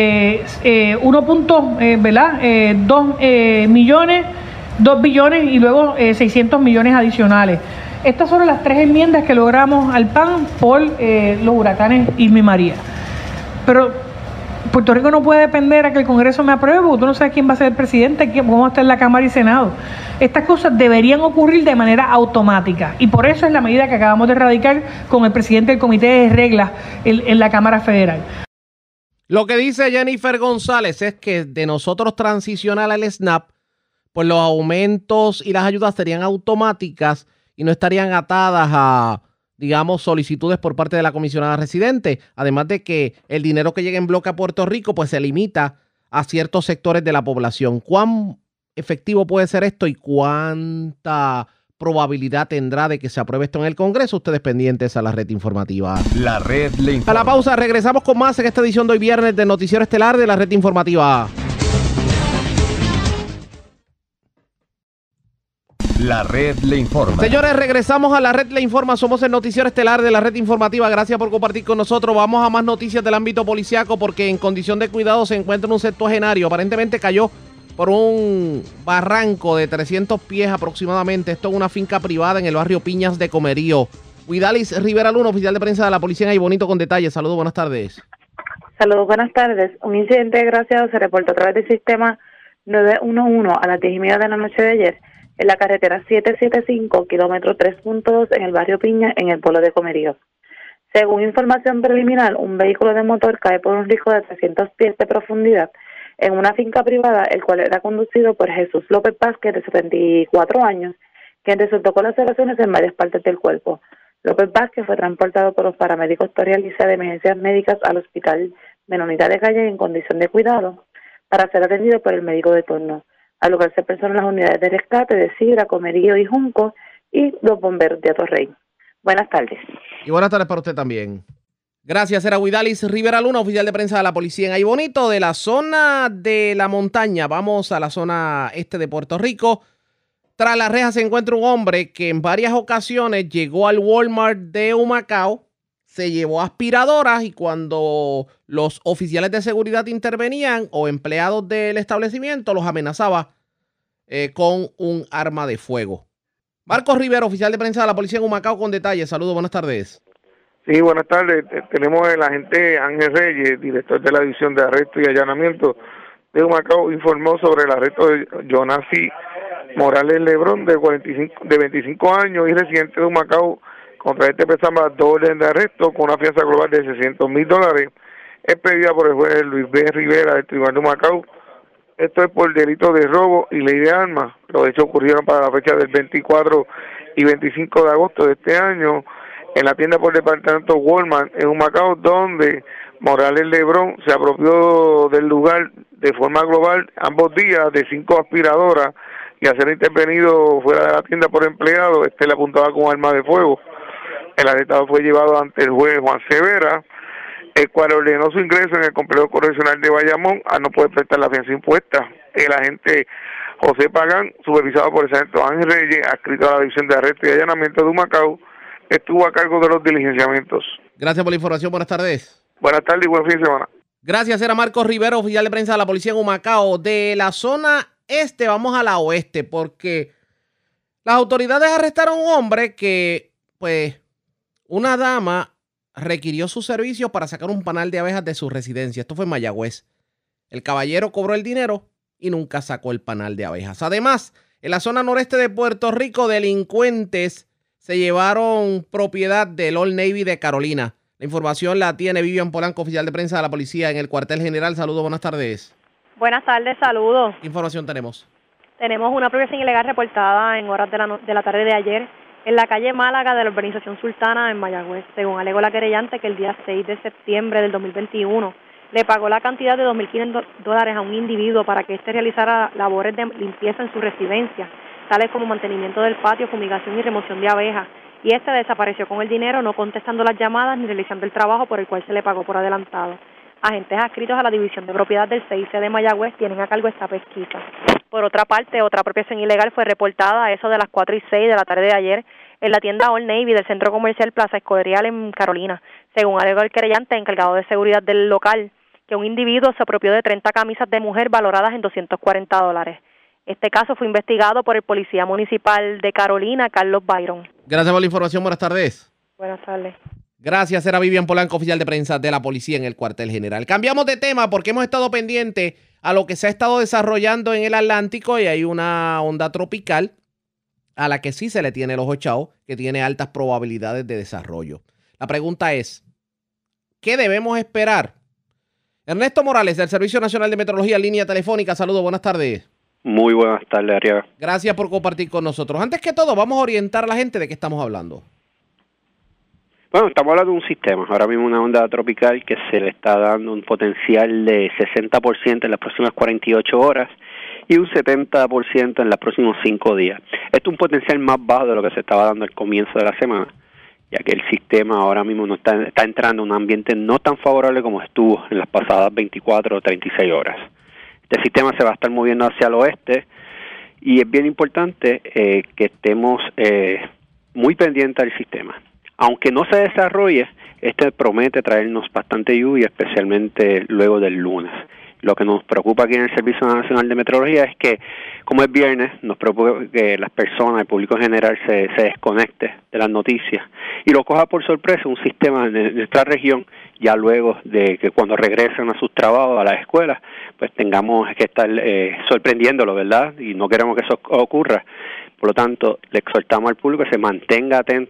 2 billones y luego 600 millones adicionales. Estas son las 3 enmiendas que logramos al PAN por los huracanes Irma y María. Pero Puerto Rico no puede depender a que el Congreso me apruebe, porque tú no sabes quién va a ser el presidente, cómo va a estar la Cámara y Senado. Estas cosas deberían ocurrir de manera automática, y por eso es la medida que acabamos de radicar con el presidente del Comité de Reglas en la Cámara Federal. Lo que dice Jennifer González es que de nosotros transicionar al SNAP, pues los aumentos y las ayudas serían automáticas y no estarían atadas a, digamos, solicitudes por parte de la comisionada residente. Además de que el dinero que llega en bloque a Puerto Rico pues se limita a ciertos sectores de la población. ¿Cuán efectivo puede ser esto y cuánta probabilidad tendrá de que se apruebe esto en el Congreso? Ustedes pendientes a la red informativa. La red le informa. A la pausa, regresamos con más en esta edición de hoy viernes del Noticiero Estelar de la red informativa. La red le informa. Señores, regresamos a la red le informa. Somos el Noticiero Estelar de la red informativa. Gracias por compartir con nosotros. Vamos a más noticias del ámbito policiaco, porque en condición de cuidado se encuentra un septuagenario. Aparentemente cayó por un barranco de 300 pies aproximadamente. Esto es una finca privada en el barrio Piñas de Comerío. Widalis Rivera Luna, oficial de prensa de la policía en Ay Bonito, con detalles. Saludos, buenas tardes. Saludos, buenas tardes. Un incidente desgraciado se reportó a través del sistema 911 a las 10:30 de la noche de ayer en la carretera 775, kilómetro 3.2, en el barrio Piña, en el pueblo de Comerío. Según información preliminar, un vehículo de motor cae por un risco de 300 pies de profundidad en una finca privada, el cual era conducido por Jesús López Vázquez, de 74 años, quien resultó con laceraciones en varias partes del cuerpo. López Vázquez fue transportado por los paramédicos Torre Alicia de Emergencias Médicas al Hospital Menonita de Calle en condición de cuidado para ser atendido por el médico de turno. Al lugar se personan las unidades de rescate de Sidra, Comerío y Junco y los bomberos de Atorrey. Buenas tardes. Y buenas tardes para usted también. Gracias, era Guidalis Rivera Luna, oficial de prensa de la policía en Aybonito, de la zona de la montaña. Vamos a la zona este de Puerto Rico. Tras las rejas se encuentra un hombre que en varias ocasiones llegó al Walmart de Humacao, se llevó aspiradoras y cuando los oficiales de seguridad intervenían o empleados del establecimiento los amenazaba con un arma de fuego. Marcos Rivera, oficial de prensa de la policía en Humacao, con detalles. Saludos, buenas tardes. Sí, buenas tardes. Tenemos el agente Ángel Reyes, director de la División de Arresto y Allanamiento de Humacao, informó sobre el arresto de Jonasi Morales Lebrón, de 25 años y residente de Humacao. Contra este pesaba 2 órdenes de arresto con una fianza global de $600,000. Es pedida por el juez Luis B. Rivera del Tribunal de Humacao. Esto es por delito de robo y ley de armas. Los hechos ocurrieron para la fecha del 24 y 25 de agosto de este año en la tienda por departamento Walmart en Humacao, donde Morales Lebrón se apropió del lugar de forma global ambos días de 5 aspiradoras y al ser intervenido fuera de la tienda por empleado, le apuntaba con arma de fuego. El arrestado fue llevado ante el juez Juan Severa, el cual ordenó su ingreso en el complejo correccional de Bayamón a no poder prestar la fianza impuesta. El agente José Pagán, supervisado por el sargento Ángel Reyes, adscrito a la División de Arresto y Allanamiento de Humacao, estuvo a cargo de los diligenciamientos. Gracias por la información, buenas tardes. Buenas tardes y buen fin de semana. Gracias, era Marcos Rivera, oficial de prensa de la policía en Humacao. De la zona este vamos a la oeste, porque las autoridades arrestaron a un hombre que, pues, una dama requirió sus servicios para sacar un panal de abejas de su residencia. Esto fue en Mayagüez. El caballero cobró el dinero y nunca sacó el panal de abejas. Además, en la zona noreste de Puerto Rico, delincuentes se llevaron propiedad del Old Navy de Carolina. La información la tiene Vivian Polanco, oficial de prensa de la policía en el cuartel general. Saludos, buenas tardes. Buenas tardes, saludos. ¿Qué información tenemos? Tenemos una apropiación ilegal reportada en horas de la tarde de ayer en la calle Málaga de la urbanización Sultana en Mayagüez. Según alegó la querellante, que el día 6 de septiembre del 2021 le pagó la cantidad de $2,500 a un individuo para que éste realizara labores de limpieza en su residencia, tales como mantenimiento del patio, fumigación y remoción de abejas, y este desapareció con el dinero, no contestando las llamadas ni realizando el trabajo por el cual se le pagó por adelantado. Agentes adscritos a la División de Propiedad del CIC de Mayagüez tienen a cargo esta pesquisa. Por otra parte, otra apropiación ilegal fue reportada a eso de las 4:06 de la tarde de ayer en la tienda Old Navy del Centro Comercial Plaza Escorial en Carolina. Según alegó el querellante, encargado de seguridad del local, que un individuo se apropió de 30 camisas de mujer valoradas en $240. Este caso fue investigado por el policía municipal de Carolina, Carlos Byron. Gracias por la información, buenas tardes. Buenas tardes. Gracias, era Vivian Polanco, oficial de prensa de la policía en el cuartel general. Cambiamos de tema porque hemos estado pendientes a lo que se ha estado desarrollando en el Atlántico y hay una onda tropical a la que sí se le tiene el ojo echado, que tiene altas probabilidades de desarrollo. La pregunta es, ¿qué debemos esperar? Ernesto Morales, del Servicio Nacional de Meteorología, línea telefónica. Saludos, buenas tardes. Muy buenas tardes, Ariaga. Gracias por compartir con nosotros. Antes que todo, vamos a orientar a la gente de qué estamos hablando. Bueno, estamos hablando de un sistema, ahora mismo una onda tropical que se le está dando un potencial de 60% en las próximas 48 horas y un 70% en los próximos 5 días. Esto es un potencial más bajo de lo que se estaba dando al comienzo de la semana, ya que el sistema ahora mismo no está entrando en un ambiente no tan favorable como estuvo en las pasadas 24 o 36 horas. Este sistema se va a estar moviendo hacia el oeste y es bien importante que estemos muy pendientes del sistema. Aunque no se desarrolle, este promete traernos bastante lluvia, especialmente luego del lunes. Lo que nos preocupa aquí en el Servicio Nacional de Meteorología es que, como es viernes, nos preocupa que las personas, el público en general, se desconecte de las noticias y lo coja por sorpresa un sistema en nuestra región, ya luego de que cuando regresen a sus trabajos, a las escuelas, pues tengamos que estar sorprendiéndolo, ¿verdad? Y no queremos que eso ocurra. Por lo tanto, le exhortamos al público que se mantenga atento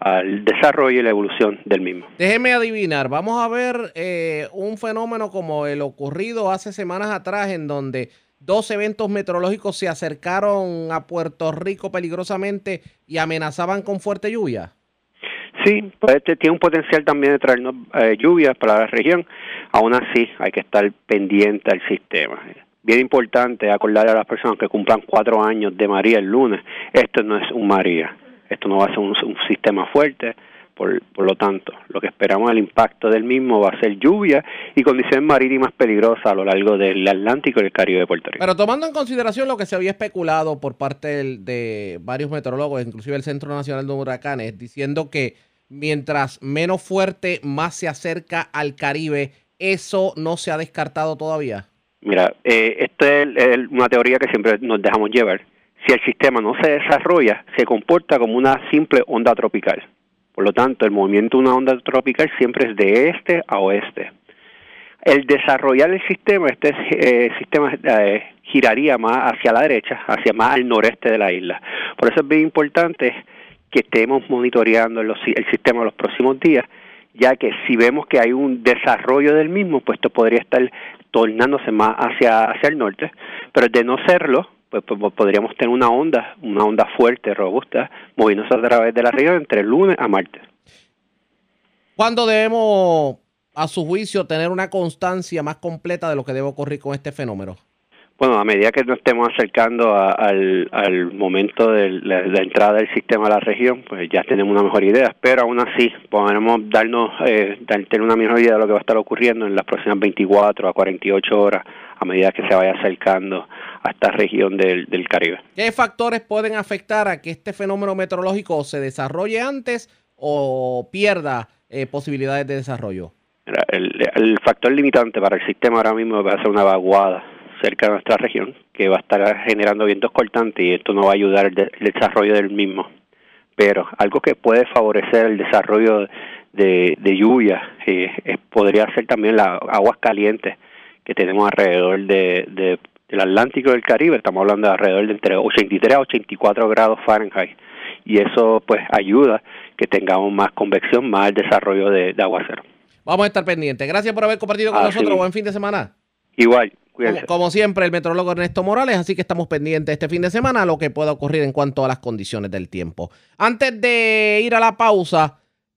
al desarrollo y la evolución del mismo. Déjeme adivinar, vamos a ver un fenómeno como el ocurrido hace semanas atrás, en donde 2 eventos meteorológicos se acercaron a Puerto Rico peligrosamente y amenazaban con fuerte lluvia. Sí, pues tiene un potencial también de traernos lluvias para la región. Aún así, hay que estar pendiente al sistema. Bien importante acordarle a las personas que cumplan 4 años de María el lunes. Esto no es un María. Esto no va a ser un sistema fuerte. Por lo tanto, lo que esperamos del impacto del mismo va a ser lluvia y condiciones marítimas peligrosas a lo largo del Atlántico y el Caribe de Puerto Rico. Pero tomando en consideración lo que se había especulado por parte de varios meteorólogos, inclusive el Centro Nacional de Huracanes, diciendo que mientras menos fuerte, más se acerca al Caribe, ¿eso no se ha descartado todavía? Mira, esto es una teoría que siempre nos dejamos llevar. Si el sistema no se desarrolla, se comporta como una simple onda tropical. Por lo tanto, el movimiento de una onda tropical siempre es de este a oeste. El desarrollar el sistema, sistema giraría más hacia la derecha, hacia más al noreste de la isla. Por eso es bien importante que estemos monitoreando el sistema los próximos días, ya que si vemos que hay un desarrollo del mismo, pues esto podría estar tornándose más hacia el norte, pero de no serlo, pues podríamos tener una onda fuerte, robusta, moviéndose a través de la región entre lunes a martes. ¿Cuándo debemos, a su juicio, tener una constancia más completa de lo que debe ocurrir con este fenómeno? Bueno, a medida que nos estemos acercando al momento de la entrada del sistema a la región, pues ya tenemos una mejor idea, pero aún así podremos tener una mejor idea de lo que va a estar ocurriendo en las próximas 24 a 48 horas a medida que se vaya acercando a esta región del Caribe. ¿Qué factores pueden afectar a que este fenómeno meteorológico se desarrolle antes o pierda posibilidades de desarrollo? El factor limitante para el sistema ahora mismo va a ser una vaguada cerca de nuestra región, que va a estar generando vientos cortantes y esto no va a ayudar el desarrollo del mismo. Pero algo que puede favorecer el desarrollo de lluvia podría ser también las aguas calientes que tenemos alrededor del Atlántico y del Caribe. Estamos hablando de alrededor de entre 83 a 84 grados Fahrenheit. Y eso pues ayuda que tengamos más convección, más el desarrollo de aguacero. Vamos a estar pendientes. Gracias por haber compartido con nosotros. Buen fin de semana. Igual. Cuídense. Como siempre, el meteorólogo Ernesto Morales, así que estamos pendientes este fin de semana a lo que pueda ocurrir en cuanto a las condiciones del tiempo. Antes de ir a la pausa,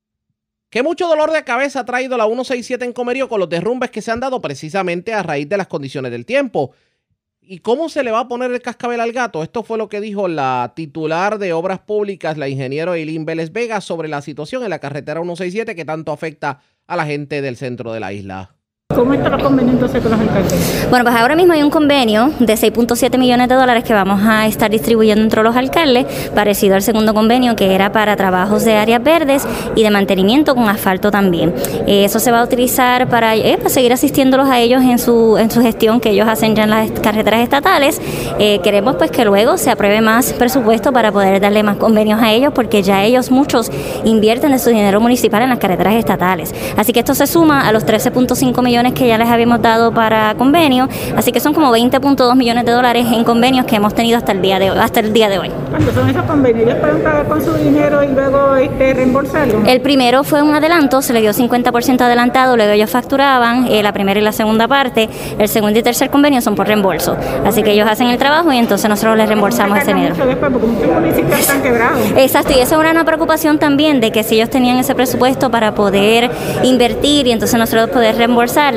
¿qué mucho dolor de cabeza ha traído la 167 en Comerío con los derrumbes que se han dado precisamente a raíz de las condiciones del tiempo? ¿Y cómo se le va a poner el cascabel al gato? Esto fue lo que dijo la titular de Obras Públicas, la ingeniero Eileen Vélez Vega, sobre la situación en la carretera 167 que tanto afecta a la gente del centro de la isla. ¿Cómo está el convenio entonces con los alcaldes? Bueno, pues ahora mismo hay un convenio de $6.7 millones que vamos a estar distribuyendo entre los alcaldes, parecido al segundo convenio que era para trabajos de áreas verdes y de mantenimiento con asfalto también. Eso se va a utilizar para seguir asistiéndolos a ellos en su gestión que ellos hacen ya en las carreteras estatales. Queremos pues que luego se apruebe más presupuesto para poder darle más convenios a ellos, porque ya ellos muchos invierten de su dinero municipal en las carreteras estatales. Así que esto se suma a los 13.5 millones que ya les habíamos dado para convenio, así que son como $20.2 millones en convenios que hemos tenido hasta el día de hoy. ¿Cuántos son esos convenios? ¿Ellos pueden pagar con su dinero y luego reembolsarlo? El primero fue un adelanto, se le dio 50% adelantado, luego ellos facturaban la primera y la segunda parte. El segundo y tercer convenio son por reembolso, así que ellos hacen el trabajo y entonces nosotros les reembolsamos ese dinero. Después, porque muchos municipios están quebrados. Exacto, y esa era una preocupación también de que si ellos tenían ese presupuesto para poder invertir y entonces nosotros poder reembolsar,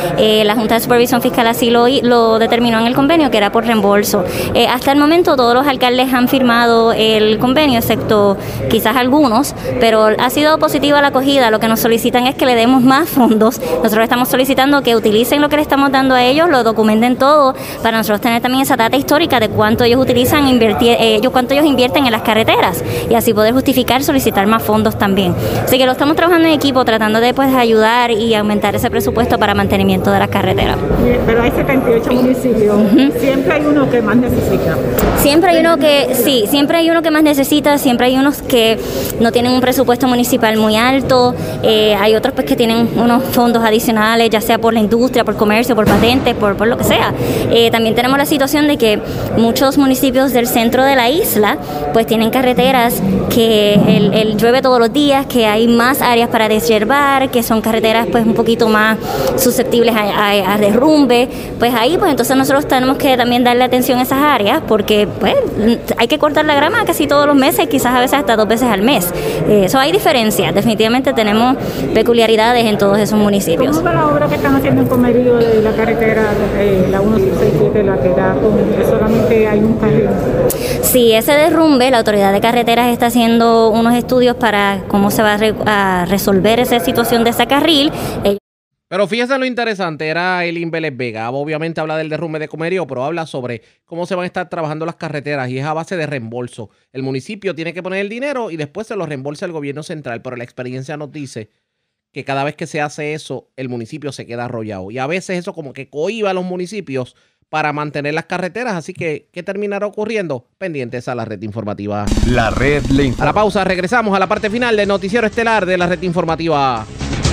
la Junta de Supervisión Fiscal así lo determinó en el convenio, que era por reembolso. Hasta el momento todos los alcaldes han firmado el convenio, excepto quizás algunos, pero ha sido positiva la acogida. Lo que nos solicitan es que le demos más fondos. Nosotros estamos solicitando que utilicen lo que le estamos dando a ellos, lo documenten todo, para nosotros tener también esa data histórica de cuánto ellos utilizan, cuánto ellos invierten en las carreteras, y así poder justificar solicitar más fondos también. Así que lo estamos trabajando en equipo, tratando de ayudar y aumentar ese presupuesto para mantenimiento de las carreteras. Pero hay 78 municipios, siempre hay uno que más necesita. Siempre hay uno que más necesita, siempre hay unos que no tienen un presupuesto municipal muy alto, hay otros pues que tienen unos fondos adicionales, ya sea por la industria, por comercio, por patentes, por lo que sea. También tenemos la situación de que muchos municipios del centro de la isla pues tienen carreteras que el llueve todos los días, que hay más áreas para deshiervar, que son carreteras pues un poquito más susceptibles a derrumbe, pues ahí pues entonces nosotros tenemos que también darle atención a esas áreas, porque pues hay que cortar la grama casi todos los meses, quizás a veces hasta 2 veces al mes. Eso hay diferencias, definitivamente tenemos peculiaridades en todos esos municipios. ¿Cómo va la obra que están haciendo en Comerío de la carretera, la 167, la que da con que solamente hay un carril? Sí, ese derrumbe, la Autoridad de Carreteras está haciendo unos estudios para cómo se va a resolver esa situación de ese carril. Pero fíjense lo interesante, era Elin Vélez Vega. Obviamente habla del derrumbe de Comerío, pero habla sobre cómo se van a estar trabajando las carreteras y es a base de reembolso. El municipio tiene que poner el dinero y después se lo reembolsa el gobierno central, pero la experiencia nos dice que cada vez que se hace eso, el municipio se queda arrollado. Y a veces eso como que cohíba a los municipios para mantener las carreteras. Así que, ¿qué terminará ocurriendo? Pendientes a la red informativa. La red le informa. A la pausa, regresamos a la parte final del noticiero estelar de la red informativa.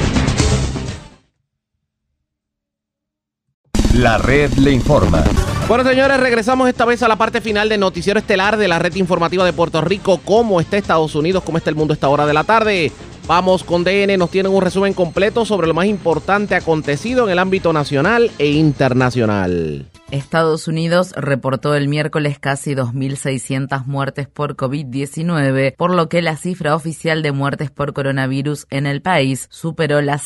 La red le informa. Bueno, señores, regresamos esta vez a la parte final del noticiero estelar de la red informativa de Puerto Rico. ¿Cómo está Estados Unidos? ¿Cómo está el mundo a esta hora de la tarde? Vamos con DN, nos tienen un resumen completo sobre lo más importante acontecido en el ámbito nacional e internacional. Estados Unidos reportó el miércoles casi 2.600 muertes por COVID-19, por lo que la cifra oficial de muertes por coronavirus en el país superó las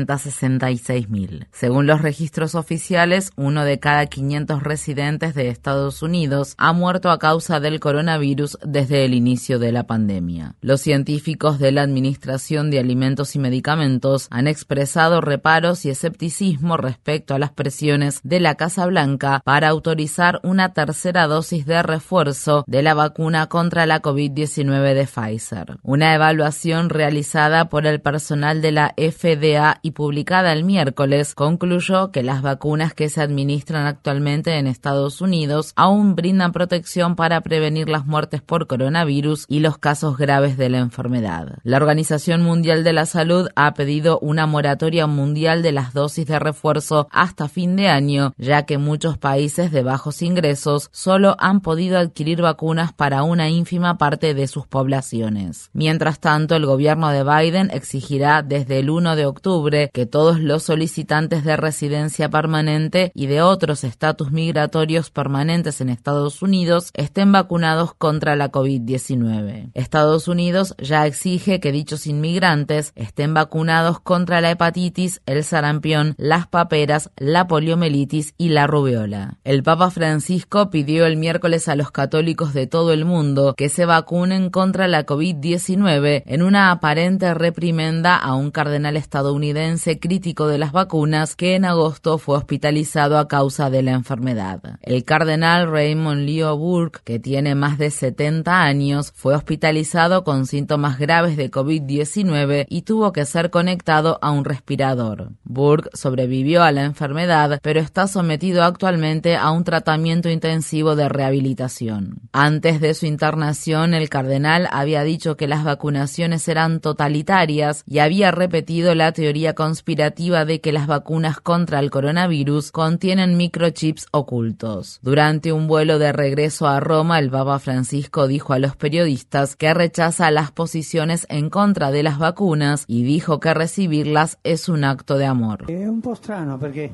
666.000. Según los registros oficiales, 1 de cada 500 residentes de Estados Unidos ha muerto a causa del coronavirus desde el inicio de la pandemia. Los científicos de la Administración de Alimentos y Medicamentos han expresado reparos y escepticismo respecto a las presiones de la Casa Blanca para autorizar una tercera dosis de refuerzo de la vacuna contra la COVID-19 de Pfizer. Una evaluación realizada por el personal de la FDA y publicada el miércoles concluyó que las vacunas que se administran actualmente en Estados Unidos aún brindan protección para prevenir las muertes por coronavirus y los casos graves de la enfermedad. La Organización Mundial de la Salud ha pedido una moratoria mundial de las dosis de refuerzo hasta fin de año, ya que muchos países de bajos ingresos solo han podido adquirir vacunas para una ínfima parte de sus poblaciones. Mientras tanto, el gobierno de Biden exigirá desde el 1 de octubre que todos los solicitantes de residencia permanente y de otros estatus migratorios permanentes en Estados Unidos estén vacunados contra la COVID-19. Estados Unidos ya exige que dichos inmigrantes estén vacunados contra la hepatitis, el sarampión, las paperas, la poliomielitis y la rubiola. El Papa Francisco pidió el miércoles a los católicos de todo el mundo que se vacunen contra la COVID-19 en una aparente reprimenda a un cardenal estadounidense crítico de las vacunas que en agosto fue hospitalizado a causa de la enfermedad. El cardenal Raymond Leo Burke, que tiene más de 70 años, fue hospitalizado con síntomas graves de COVID-19 y tuvo que ser conectado a un respirador. Burke sobrevivió a la enfermedad, pero está sometido actualmente a un tratamiento intensivo de rehabilitación. Antes de su internación, el cardenal había dicho que las vacunaciones eran totalitarias y había repetido la teoría conspirativa de que las vacunas contra el coronavirus contienen microchips ocultos. Durante un vuelo de regreso a Roma, el Papa Francisco dijo a los periodistas que rechaza las posiciones en contra de las vacunas y dijo que recibirlas es un acto de amor. Es un po' strano perché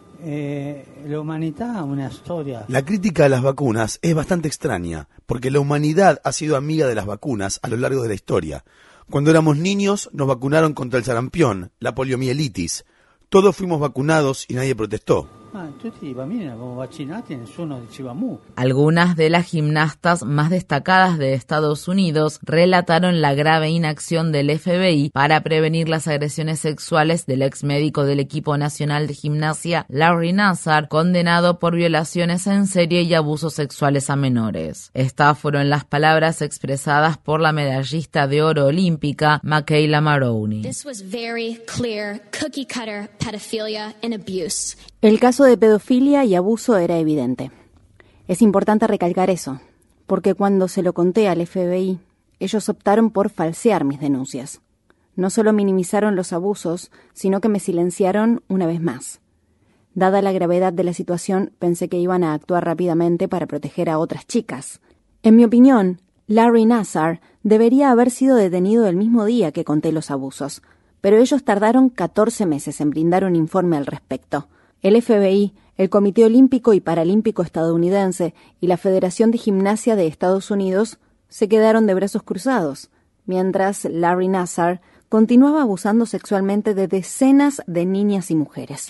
la humanidad ha una historia. La crítica a las vacunas es bastante extraña, porque la humanidad ha sido amiga de las vacunas a lo largo de la historia. Cuando éramos niños nos vacunaron contra el sarampión, la poliomielitis. Todos fuimos vacunados y nadie protestó. Algunas de las gimnastas más destacadas de Estados Unidos relataron la grave inacción del FBI para prevenir las agresiones sexuales del ex médico del equipo nacional de gimnasia Larry Nassar, condenado por violaciones en serie y abusos sexuales a menores. Estas fueron las palabras expresadas por la medallista de oro olímpica Michaela Maroney. El caso de pedofilia y abuso era evidente. Es importante recalcar eso, porque cuando se lo conté al FBI, ellos optaron por falsear mis denuncias. No solo minimizaron los abusos, sino que me silenciaron una vez más. Dada la gravedad de la situación, pensé que iban a actuar rápidamente para proteger a otras chicas. En mi opinión, Larry Nassar debería haber sido detenido el mismo día que conté los abusos, pero ellos tardaron 14 meses en brindar un informe al respecto. El FBI, el Comité Olímpico y Paralímpico Estadounidense y la Federación de Gimnasia de Estados Unidos se quedaron de brazos cruzados, mientras Larry Nassar continuaba abusando sexualmente de decenas de niñas y mujeres.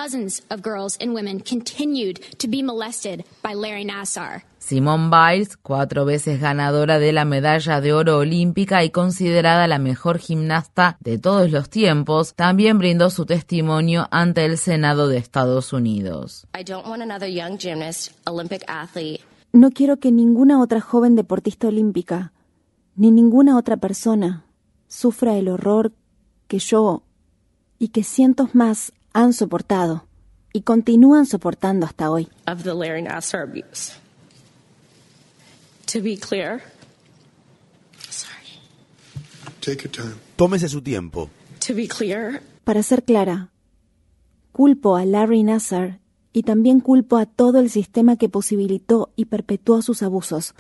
Simone Biles, 4 veces ganadora de la medalla de oro olímpica y considerada la mejor gimnasta de todos los tiempos, también brindó su testimonio ante el Senado de Estados Unidos. No quiero que ninguna otra joven deportista olímpica, ni ninguna otra persona, sufra el horror que yo y que cientos más han soportado y continúan soportando hasta hoy. Tómese su tiempo. Para ser clara, culpo a Larry Nassar y también culpo a todo el sistema que posibilitó y perpetuó sus abusos.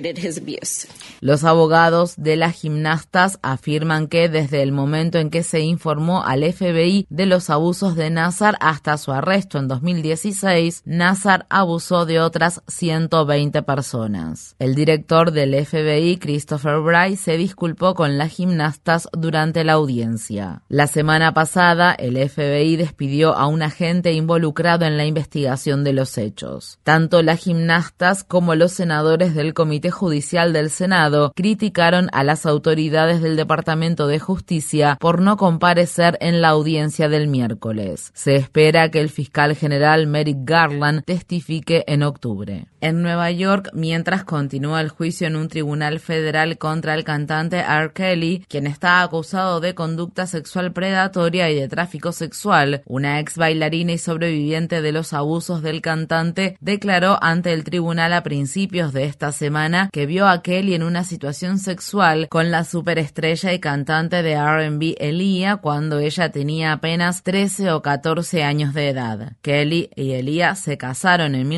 Los abogados de las gimnastas afirman que desde el momento en que se informó al FBI de los abusos de Nassar hasta su arresto en 2016, Nassar abusó de otras 120 personas. El director del FBI, Christopher Wray, se disculpó con las gimnastas durante la audiencia. La semana pasada, el FBI despidió a un agente involucrado en la investigación de los hechos. Tanto las gimnastas como los senadores del Comité Judicial del Senado criticaron a las autoridades del Departamento de Justicia por no comparecer en la audiencia del miércoles. Se espera que el fiscal general Merrick Garland testifique en octubre. En Nueva York, mientras continúa el juicio en un tribunal federal contra el cantante R. Kelly, quien está acusado de conducta sexual predatoria y de tráfico sexual, una ex bailarina y sobreviviente de los abusos del cantante declaró ante el tribunal a principios de esta semana que vio a Kelly en una situación sexual con la superestrella y cantante de R&B Aaliyah cuando ella tenía apenas 13 o 14 años de edad. Kelly y Aaliyah se casaron en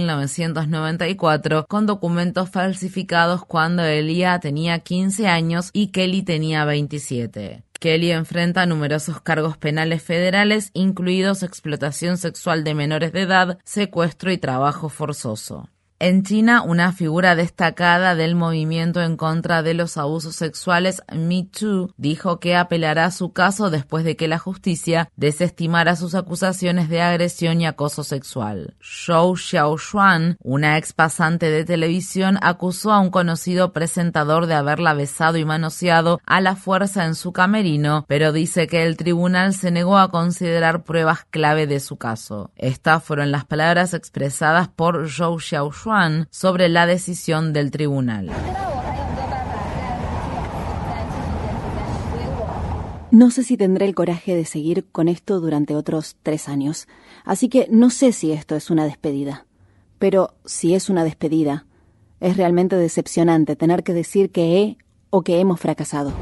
1994 con documentos falsificados cuando Aaliyah tenía 15 años y Kelly tenía 27. Kelly enfrenta numerosos cargos penales federales, incluidos explotación sexual de menores de edad, secuestro y trabajo forzoso. En China, una figura destacada del movimiento en contra de los abusos sexuales, Me Too, dijo que apelará a su caso después de que la justicia desestimara sus acusaciones de agresión y acoso sexual. Zhou Xiaoxuan, una ex pasante de televisión, acusó a un conocido presentador de haberla besado y manoseado a la fuerza en su camerino, pero dice que el tribunal se negó a considerar pruebas clave de su caso. Estas fueron las palabras expresadas por Zhou Xiaoxuan sobre la decisión del tribunal. No sé si tendré el coraje de seguir con esto durante otros 3 años, así que no sé si esto es una despedida. Pero si es una despedida, es realmente decepcionante tener que decir que he o que hemos fracasado.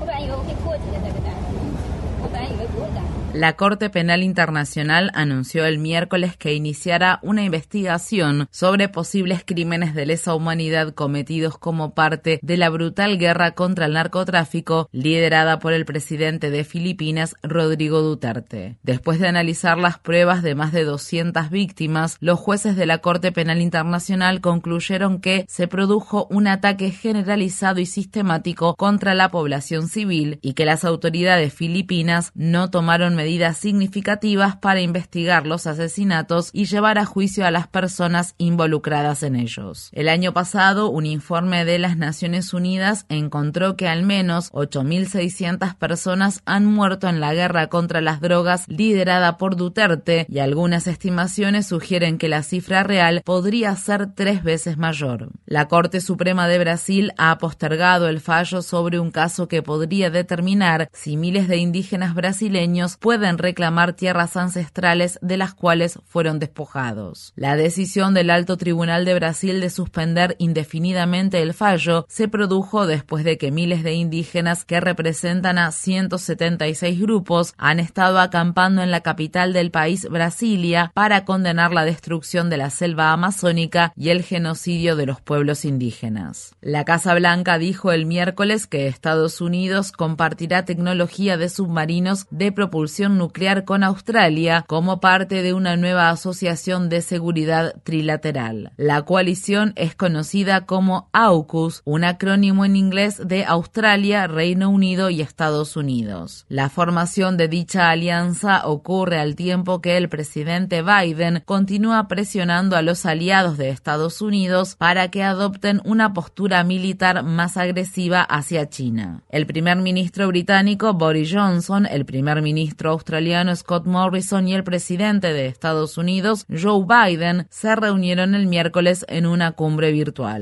La Corte Penal Internacional anunció el miércoles que iniciará una investigación sobre posibles crímenes de lesa humanidad cometidos como parte de la brutal guerra contra el narcotráfico liderada por el presidente de Filipinas, Rodrigo Duterte. Después de analizar las pruebas de más de 200 víctimas, los jueces de la Corte Penal Internacional concluyeron que se produjo un ataque generalizado y sistemático contra la población civil y que las autoridades filipinas no tomaron medidas medidas significativas para investigar los asesinatos y llevar a juicio a las personas involucradas en ellos. El año pasado, un informe de las Naciones Unidas encontró que al menos 8.600 personas han muerto en la guerra contra las drogas liderada por Duterte, y algunas estimaciones sugieren que la cifra real podría ser 3 veces mayor. La Corte Suprema de Brasil ha postergado el fallo sobre un caso que podría determinar si miles de indígenas brasileños pueden reclamar tierras ancestrales de las cuales fueron despojados. La decisión del Alto Tribunal de Brasil de suspender indefinidamente el fallo se produjo después de que miles de indígenas que representan a 176 grupos han estado acampando en la capital del país, Brasilia, para condenar la destrucción de la selva amazónica y el genocidio de los pueblos indígenas. La Casa Blanca dijo el miércoles que Estados Unidos compartirá tecnología de submarinos de propulsión nuclear con Australia como parte de una nueva asociación de seguridad trilateral. La coalición es conocida como AUKUS, un acrónimo en inglés de Australia, Reino Unido y Estados Unidos. La formación de dicha alianza ocurre al tiempo que el presidente Biden continúa presionando a los aliados de Estados Unidos para que adopten una postura militar más agresiva hacia China. El primer ministro británico Boris Johnson, el primer ministro australiano Scott Morrison y el presidente de Estados Unidos Joe Biden se reunieron el miércoles en una cumbre virtual.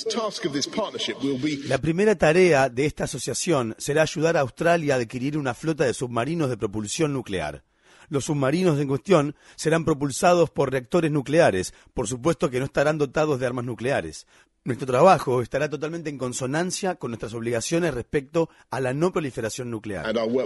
La primera tarea de esta asociación será ayudar a Australia a adquirir una flota de submarinos de propulsión nuclear. Los submarinos en cuestión serán propulsados por reactores nucleares, por supuesto que no estarán dotados de armas nucleares. Nuestro trabajo estará totalmente en consonancia con nuestras obligaciones respecto a la no proliferación nuclear.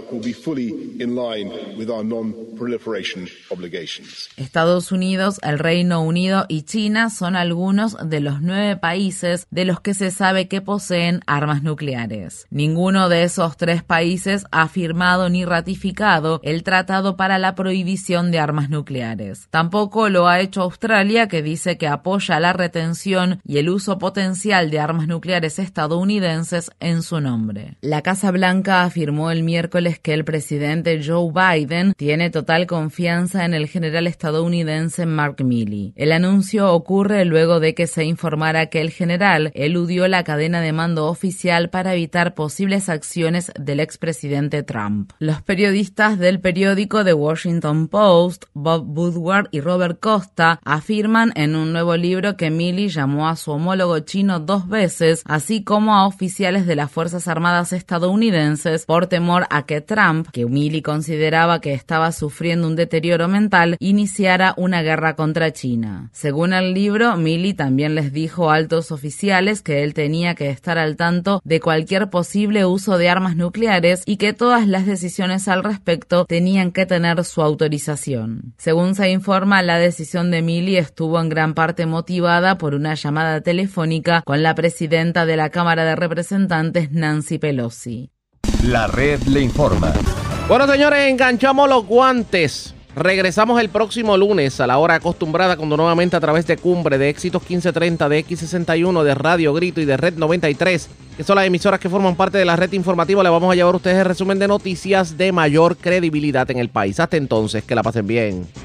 Estados Unidos, el Reino Unido y China son algunos de los 9 países de los que se sabe que poseen armas nucleares. Ninguno de esos 3 países ha firmado ni ratificado el Tratado para la Prohibición de Armas Nucleares. Tampoco lo ha hecho Australia, que dice que apoya la retención y el uso potencial de armas nucleares estadounidenses en su nombre. La Casa Blanca afirmó el miércoles que el presidente Joe Biden tiene total confianza en el general estadounidense Mark Milley. El anuncio ocurre luego de que se informara que el general eludió la cadena de mando oficial para evitar posibles acciones del expresidente Trump. Los periodistas del periódico The Washington Post, Bob Woodward y Robert Costa, afirman en un nuevo libro que Milley llamó a su homólogo chino 2 veces, así como a oficiales de las Fuerzas Armadas estadounidenses, por temor a que Trump, que Milley consideraba que estaba sufriendo un deterioro mental, iniciara una guerra contra China. Según el libro, Milley también les dijo a altos oficiales que él tenía que estar al tanto de cualquier posible uso de armas nucleares y que todas las decisiones al respecto tenían que tener su autorización. Según se informa, la decisión de Milley estuvo en gran parte motivada por una llamada telefónica con la presidenta de la Cámara de Representantes, Nancy Pelosi. La red le informa. Bueno, señores, enganchamos los guantes. Regresamos el próximo lunes a la hora acostumbrada, cuando nuevamente a través de Cumbre, de Éxitos 1530, de X61, de Radio Grito y de Red 93, que son las emisoras que forman parte de la red informativa, le vamos a llevar a ustedes el resumen de noticias de mayor credibilidad en el país. Hasta entonces, que la pasen bien.